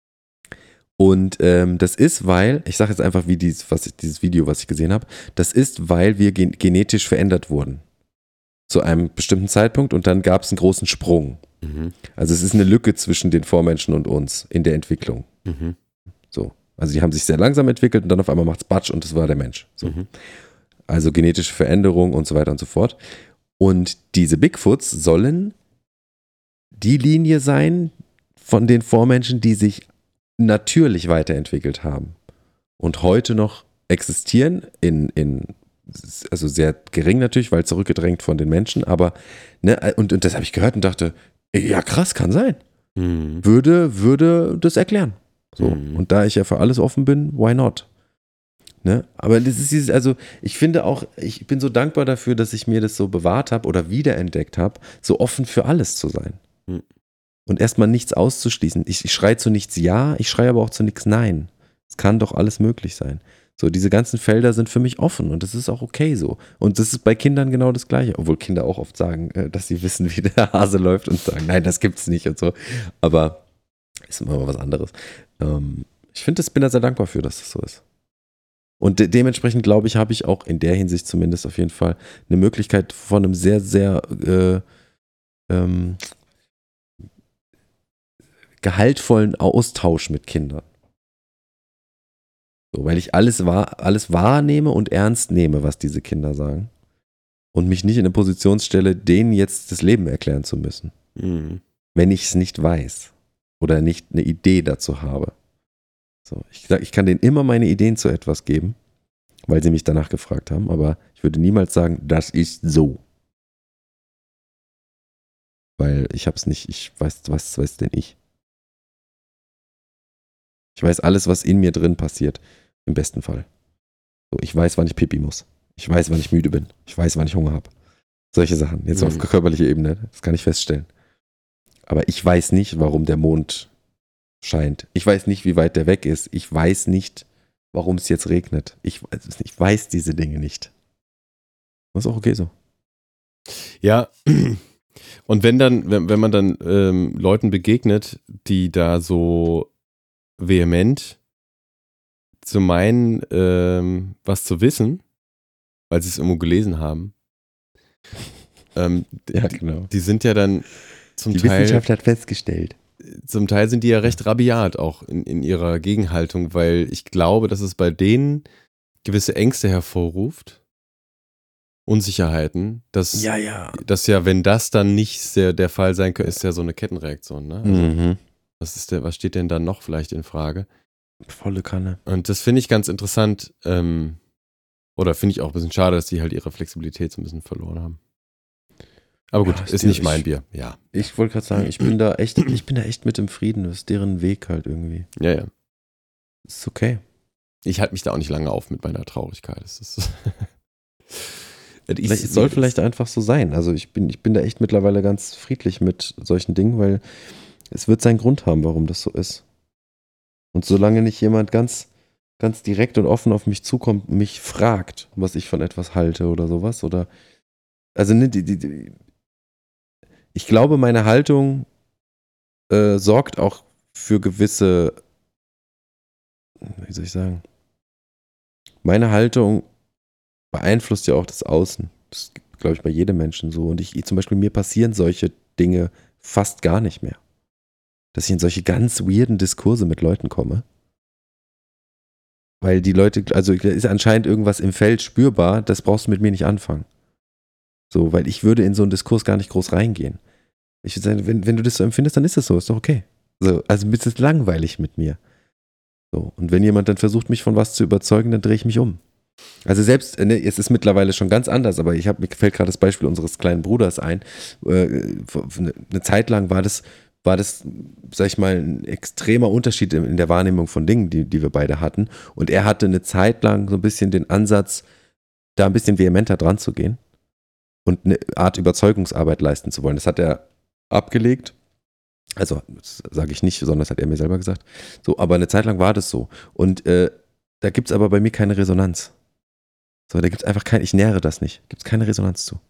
Und ähm, das ist, weil, ich sage jetzt einfach, wie dies, was ich, dieses Video, was ich gesehen habe, das ist, weil wir gen- genetisch verändert wurden. Zu einem bestimmten Zeitpunkt und dann gab es einen großen Sprung. Mhm. Also es ist eine Lücke zwischen den Vormenschen und uns in der Entwicklung. Mhm. So. Also die haben sich sehr langsam entwickelt und dann auf einmal macht es Batsch und das war der Mensch. So. Mhm. Also genetische Veränderung und so weiter und so fort. Und diese Bigfoots sollen die Linie sein von den Vormenschen, die sich natürlich weiterentwickelt haben und heute noch existieren, in, in also sehr gering natürlich, weil zurückgedrängt von den Menschen, aber ne, und, und das habe ich gehört und dachte, ja krass, kann sein. Mhm. Würde, würde das erklären. So. Mhm. Und da ich ja für alles offen bin, why not? Ne? Aber das ist dieses, also ich finde auch, ich bin so dankbar dafür, dass ich mir das so bewahrt habe oder wiederentdeckt habe, so offen für alles zu sein. Mhm. Und erstmal nichts auszuschließen. Ich, ich schreie zu nichts Ja, ich schreie aber auch zu nichts Nein. Es kann doch alles möglich sein. So, diese ganzen Felder sind für mich offen und das ist auch okay so. Und das ist bei Kindern genau das Gleiche. Obwohl Kinder auch oft sagen, äh, dass sie wissen, wie der Hase läuft und sagen, nein, das gibt's nicht und so. Aber ist immer mal was anderes. Ähm, ich finde, ich bin da sehr dankbar für, dass das so ist. Und de- dementsprechend, glaube ich, habe ich auch in der Hinsicht zumindest auf jeden Fall eine Möglichkeit von einem sehr, sehr äh, ähm, gehaltvollen Austausch mit Kindern. So, weil ich alles, wahr, alles wahrnehme und ernst nehme, was diese Kinder sagen. Und mich nicht in eine Position stelle, denen jetzt das Leben erklären zu müssen. Mhm. Wenn ich es nicht weiß oder nicht eine Idee dazu habe. So, ich sag, ich kann denen immer meine Ideen zu etwas geben, weil sie mich danach gefragt haben, aber ich würde niemals sagen, das ist so. Weil ich habe es nicht, ich weiß, was weiß denn ich? Ich weiß alles, was in mir drin passiert, im besten Fall. So, ich weiß, wann ich Pipi muss. Ich weiß, wann ich müde bin. Ich weiß, wann ich Hunger habe. Solche Sachen, jetzt Mhm. auf körperlicher Ebene, das kann ich feststellen. Aber ich weiß nicht, warum der Mond scheint. Ich weiß nicht, wie weit der weg ist. Ich weiß nicht, warum es jetzt regnet. Ich, ich weiß diese Dinge nicht. Das ist auch okay so. Ja, und wenn dann, wenn, wenn man dann ähm, Leuten begegnet, die da so vehement zu meinen, ähm, was zu wissen, weil sie es irgendwo gelesen haben, ähm, Ja, die, genau. die sind ja dann zum Die Teil, Wissenschaft hat festgestellt. zum Teil sind die ja recht rabiat auch in, in ihrer Gegenhaltung, weil ich glaube, dass es bei denen gewisse Ängste hervorruft, Unsicherheiten, dass, Ja, ja. dass ja, wenn das dann nicht sehr der Fall sein könnte, ist ja so eine Kettenreaktion, ne? Also, Mhm. was ist der, was steht denn dann noch vielleicht in Frage? Volle Kanne. Und das finde ich ganz interessant, ähm, oder finde ich auch ein bisschen schade, dass die halt ihre Flexibilität so ein bisschen verloren haben. Aber gut, Ja, ist ist nicht dir- mein ich- Bier, ja. Ich wollte gerade sagen, ich bin da echt, ich bin da echt mit im Frieden. Das ist deren Weg halt irgendwie. Ja, ja. Ist okay. Ich halte mich da auch nicht lange auf mit meiner Traurigkeit. Das ist Es ist- Vielleicht, es soll vielleicht einfach so sein. Also ich bin, ich bin da echt mittlerweile ganz friedlich mit solchen Dingen, weil es wird seinen Grund haben, warum das so ist. Und solange nicht jemand ganz, ganz direkt und offen auf mich zukommt, mich fragt, was ich von etwas halte oder sowas, oder also ne, die, die, die, ich glaube, meine Haltung äh, sorgt auch für gewisse, wie soll ich sagen, meine Haltung beeinflusst ja auch das Außen. Das ist, glaube ich, bei jedem Menschen so. Und ich, zum Beispiel, mir passieren solche Dinge fast gar nicht mehr. Dass ich in solche ganz weirden Diskurse mit Leuten komme. Weil die Leute, also da ist anscheinend irgendwas im Feld spürbar, das brauchst du mit mir nicht anfangen. So, weil ich würde in so einen Diskurs gar nicht groß reingehen. Ich würde sagen, wenn, wenn du das so empfindest, dann ist das so, ist doch okay. So, also es ist langweilig mit mir. So, und wenn jemand dann versucht, mich von was zu überzeugen, dann drehe ich mich um. Also selbst, ne, es ist mittlerweile schon ganz anders, aber ich hab, mir fällt gerade das Beispiel unseres kleinen Bruders ein. Äh, eine Zeit lang war das, war das, sag ich mal, ein extremer Unterschied in der Wahrnehmung von Dingen, die, die wir beide hatten. Und er hatte eine Zeit lang so ein bisschen den Ansatz, da ein bisschen vehementer dran zu gehen und eine Art Überzeugungsarbeit leisten zu wollen. Das hat er abgelegt. Also, das sage ich nicht, sondern das hat er mir selber gesagt. So, aber eine Zeit lang war das so. Und äh, da gibt es aber bei mir keine Resonanz. So, da gibt es einfach kein, ich nähere das nicht. Gibt es keine Resonanz zu.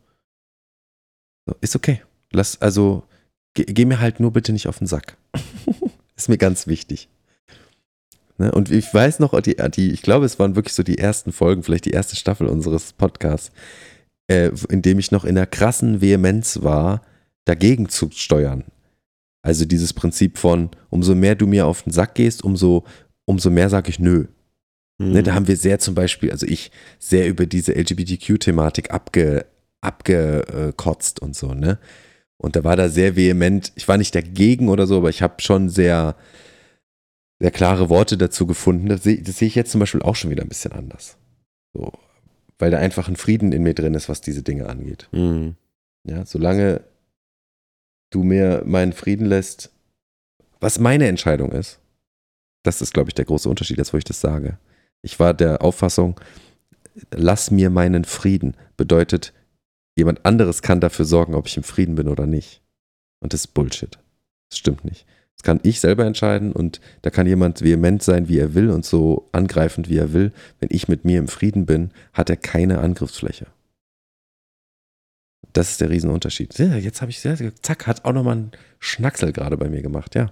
So, ist okay. Lass, also, geh, geh mir halt nur bitte nicht auf den Sack. Ist mir ganz wichtig. Ne? Und ich weiß noch, die, die, ich glaube, es waren wirklich so die ersten Folgen, vielleicht die erste Staffel unseres Podcasts, äh, in dem ich noch in einer krassen Vehemenz war, dagegen zu steuern. Also dieses Prinzip von, umso mehr du mir auf den Sack gehst, umso, umso mehr sage ich nö. Mhm. Ne, da haben wir sehr zum Beispiel, also ich, sehr über diese L G B T Q-Thematik abge, abgekotzt und so, ne? Und da war da sehr vehement, ich war nicht dagegen oder so, aber ich habe schon sehr, sehr klare Worte dazu gefunden. Das sehe das seh ich jetzt zum Beispiel auch schon wieder ein bisschen anders. So, weil da einfach ein Frieden in mir drin ist, was diese Dinge angeht. Mhm. Ja, solange du mir meinen Frieden lässt, was meine Entscheidung ist, das ist, glaube ich, der große Unterschied, jetzt wo ich das sage. Ich war der Auffassung, lass mir meinen Frieden, bedeutet, jemand anderes kann dafür sorgen, ob ich im Frieden bin oder nicht. Und das ist Bullshit. Das stimmt nicht. Das kann ich selber entscheiden und da kann jemand vehement sein, wie er will und so angreifend, wie er will. Wenn ich mit mir im Frieden bin, hat er keine Angriffsfläche. Das ist der Riesenunterschied. Ja, jetzt habe ich, zack, hat auch nochmal einen Schnacksel gerade bei mir gemacht, ja.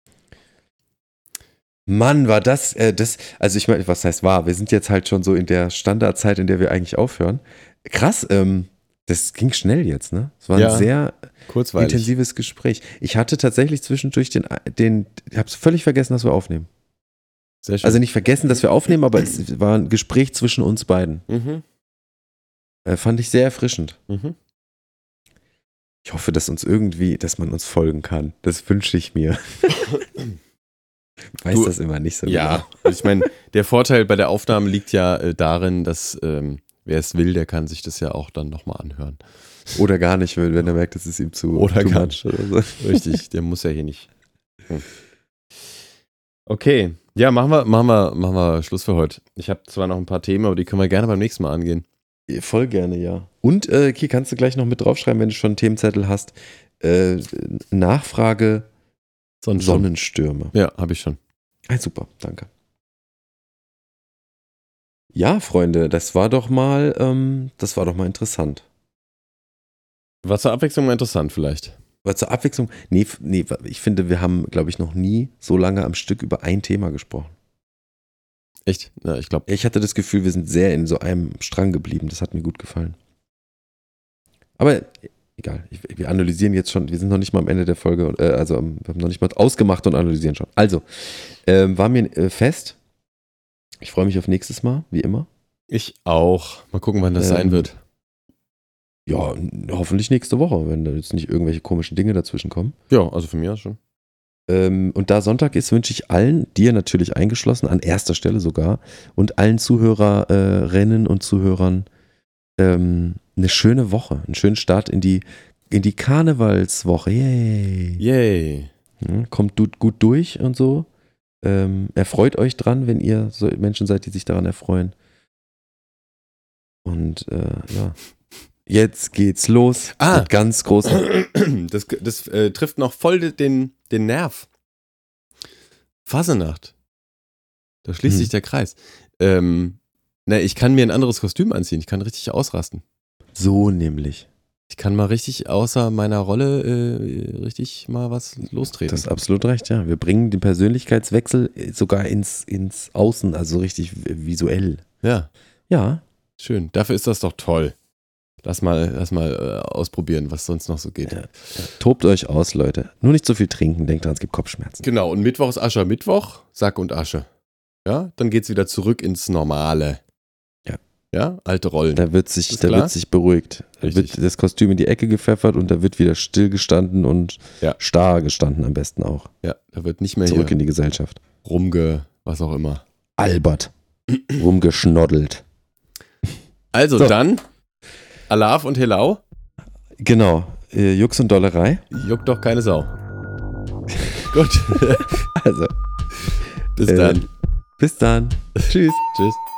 Mann, war das, äh, das, also ich meine, was heißt war? Wir sind jetzt halt schon so in der Standardzeit, in der wir eigentlich aufhören. Krass, ähm, das ging schnell jetzt, ne? Es war Ja, ein sehr kurzweilig. intensives Gespräch. Ich hatte tatsächlich zwischendurch den, den, ich habe völlig vergessen, dass wir aufnehmen. Sehr schön. Also nicht vergessen, dass wir aufnehmen, aber es war ein Gespräch zwischen uns beiden. Mhm. Äh, fand ich sehr erfrischend. Mhm. Ich hoffe, dass uns irgendwie, dass man uns folgen kann. Das wünsche ich mir. Ich weiß Du, das immer nicht so Ja, genau. ich meine, der Vorteil bei der Aufnahme liegt ja äh, darin, dass ähm, wer es will, der kann sich das ja auch dann nochmal anhören. Oder gar nicht, wenn, wenn er merkt, es ist ihm zu Oder too gar much oder so. Richtig, der muss ja hier nicht. Hm. Okay, ja, machen wir, machen wir, machen wir Schluss für heute. Ich habe zwar noch ein paar Themen, aber die können wir gerne beim nächsten Mal angehen. Voll gerne, ja. Und äh, hier kannst du gleich noch mit draufschreiben, wenn du schon einen Themenzettel hast. Äh, Nachfrage Sonnensturm. Sonnenstürme. Ja, habe ich schon. Ah, super, danke. Ja, Freunde, das war doch mal, ähm, das war doch mal interessant. War zur Abwechslung mal interessant vielleicht. Weil zur Abwechslung, nee, nee, ich finde, wir haben, glaube ich, noch nie so lange am Stück über ein Thema gesprochen. Echt? Ja, ich glaube. Ich hatte das Gefühl, wir sind sehr in so einem Strang geblieben. Das hat mir gut gefallen. Aber egal, ich, wir analysieren jetzt schon, wir sind noch nicht mal am Ende der Folge, äh, also wir haben noch nicht mal ausgemacht und analysieren schon. Also, ähm, war mir äh, fest. Ich freue mich auf nächstes Mal, wie immer. Ich auch. Mal gucken, wann das Ähm, sein wird. Ja, hoffentlich nächste Woche, wenn da jetzt nicht irgendwelche komischen Dinge dazwischen kommen. Ja, also von mir aus schon. Ähm, und da Sonntag ist, wünsche ich allen, dir natürlich eingeschlossen, an erster Stelle sogar, und allen Zuhörerinnen und Zuhörern ähm, eine schöne Woche, einen schönen Start in die, in die Karnevalswoche. Yay! Yay! Ja, kommt gut, gut durch und so. Ähm, erfreut euch dran, wenn ihr so Menschen seid, die sich daran erfreuen. Und äh, ja, jetzt geht's los. Ah. Mit ganz großen. Das, das äh, trifft noch voll den, den Nerv. Fasenacht. Da schließt Hm. sich der Kreis. Ähm, na, ich kann mir ein anderes Kostüm anziehen. Ich kann richtig ausrasten. So nämlich. Ich kann mal richtig außer meiner Rolle äh, richtig mal was lostreten. Das ist absolut recht, ja. Wir bringen den Persönlichkeitswechsel sogar ins, ins Außen, also richtig visuell. Ja. Ja. Schön. Dafür ist das doch toll. Lass mal, lass mal äh, ausprobieren, was sonst noch so geht. Ja. Ja. Tobt euch aus, Leute. Nur nicht so viel trinken, denkt dran, es gibt Kopfschmerzen. Genau, und Mittwoch ist Aschermittwoch, Sack und Asche. Ja, dann geht's wieder zurück ins Normale. Ja. Ja, alte Rollen. Da wird sich, Ist da klar? wird sich beruhigt. Da Richtig. wird das Kostüm in die Ecke gepfeffert und da wird wieder stillgestanden und Ja. starr gestanden am besten auch. Ja, da wird nicht mehr Zurück hier in die Gesellschaft. rumge, was auch immer. Albert. Rumgeschnoddelt. Also So. dann, Alaf und Helau, Genau. Äh, Jux und Dollerei. juckt doch keine Sau. Gut, Also, bis Äh, dann. bis dann. Tschüss. Tschüss.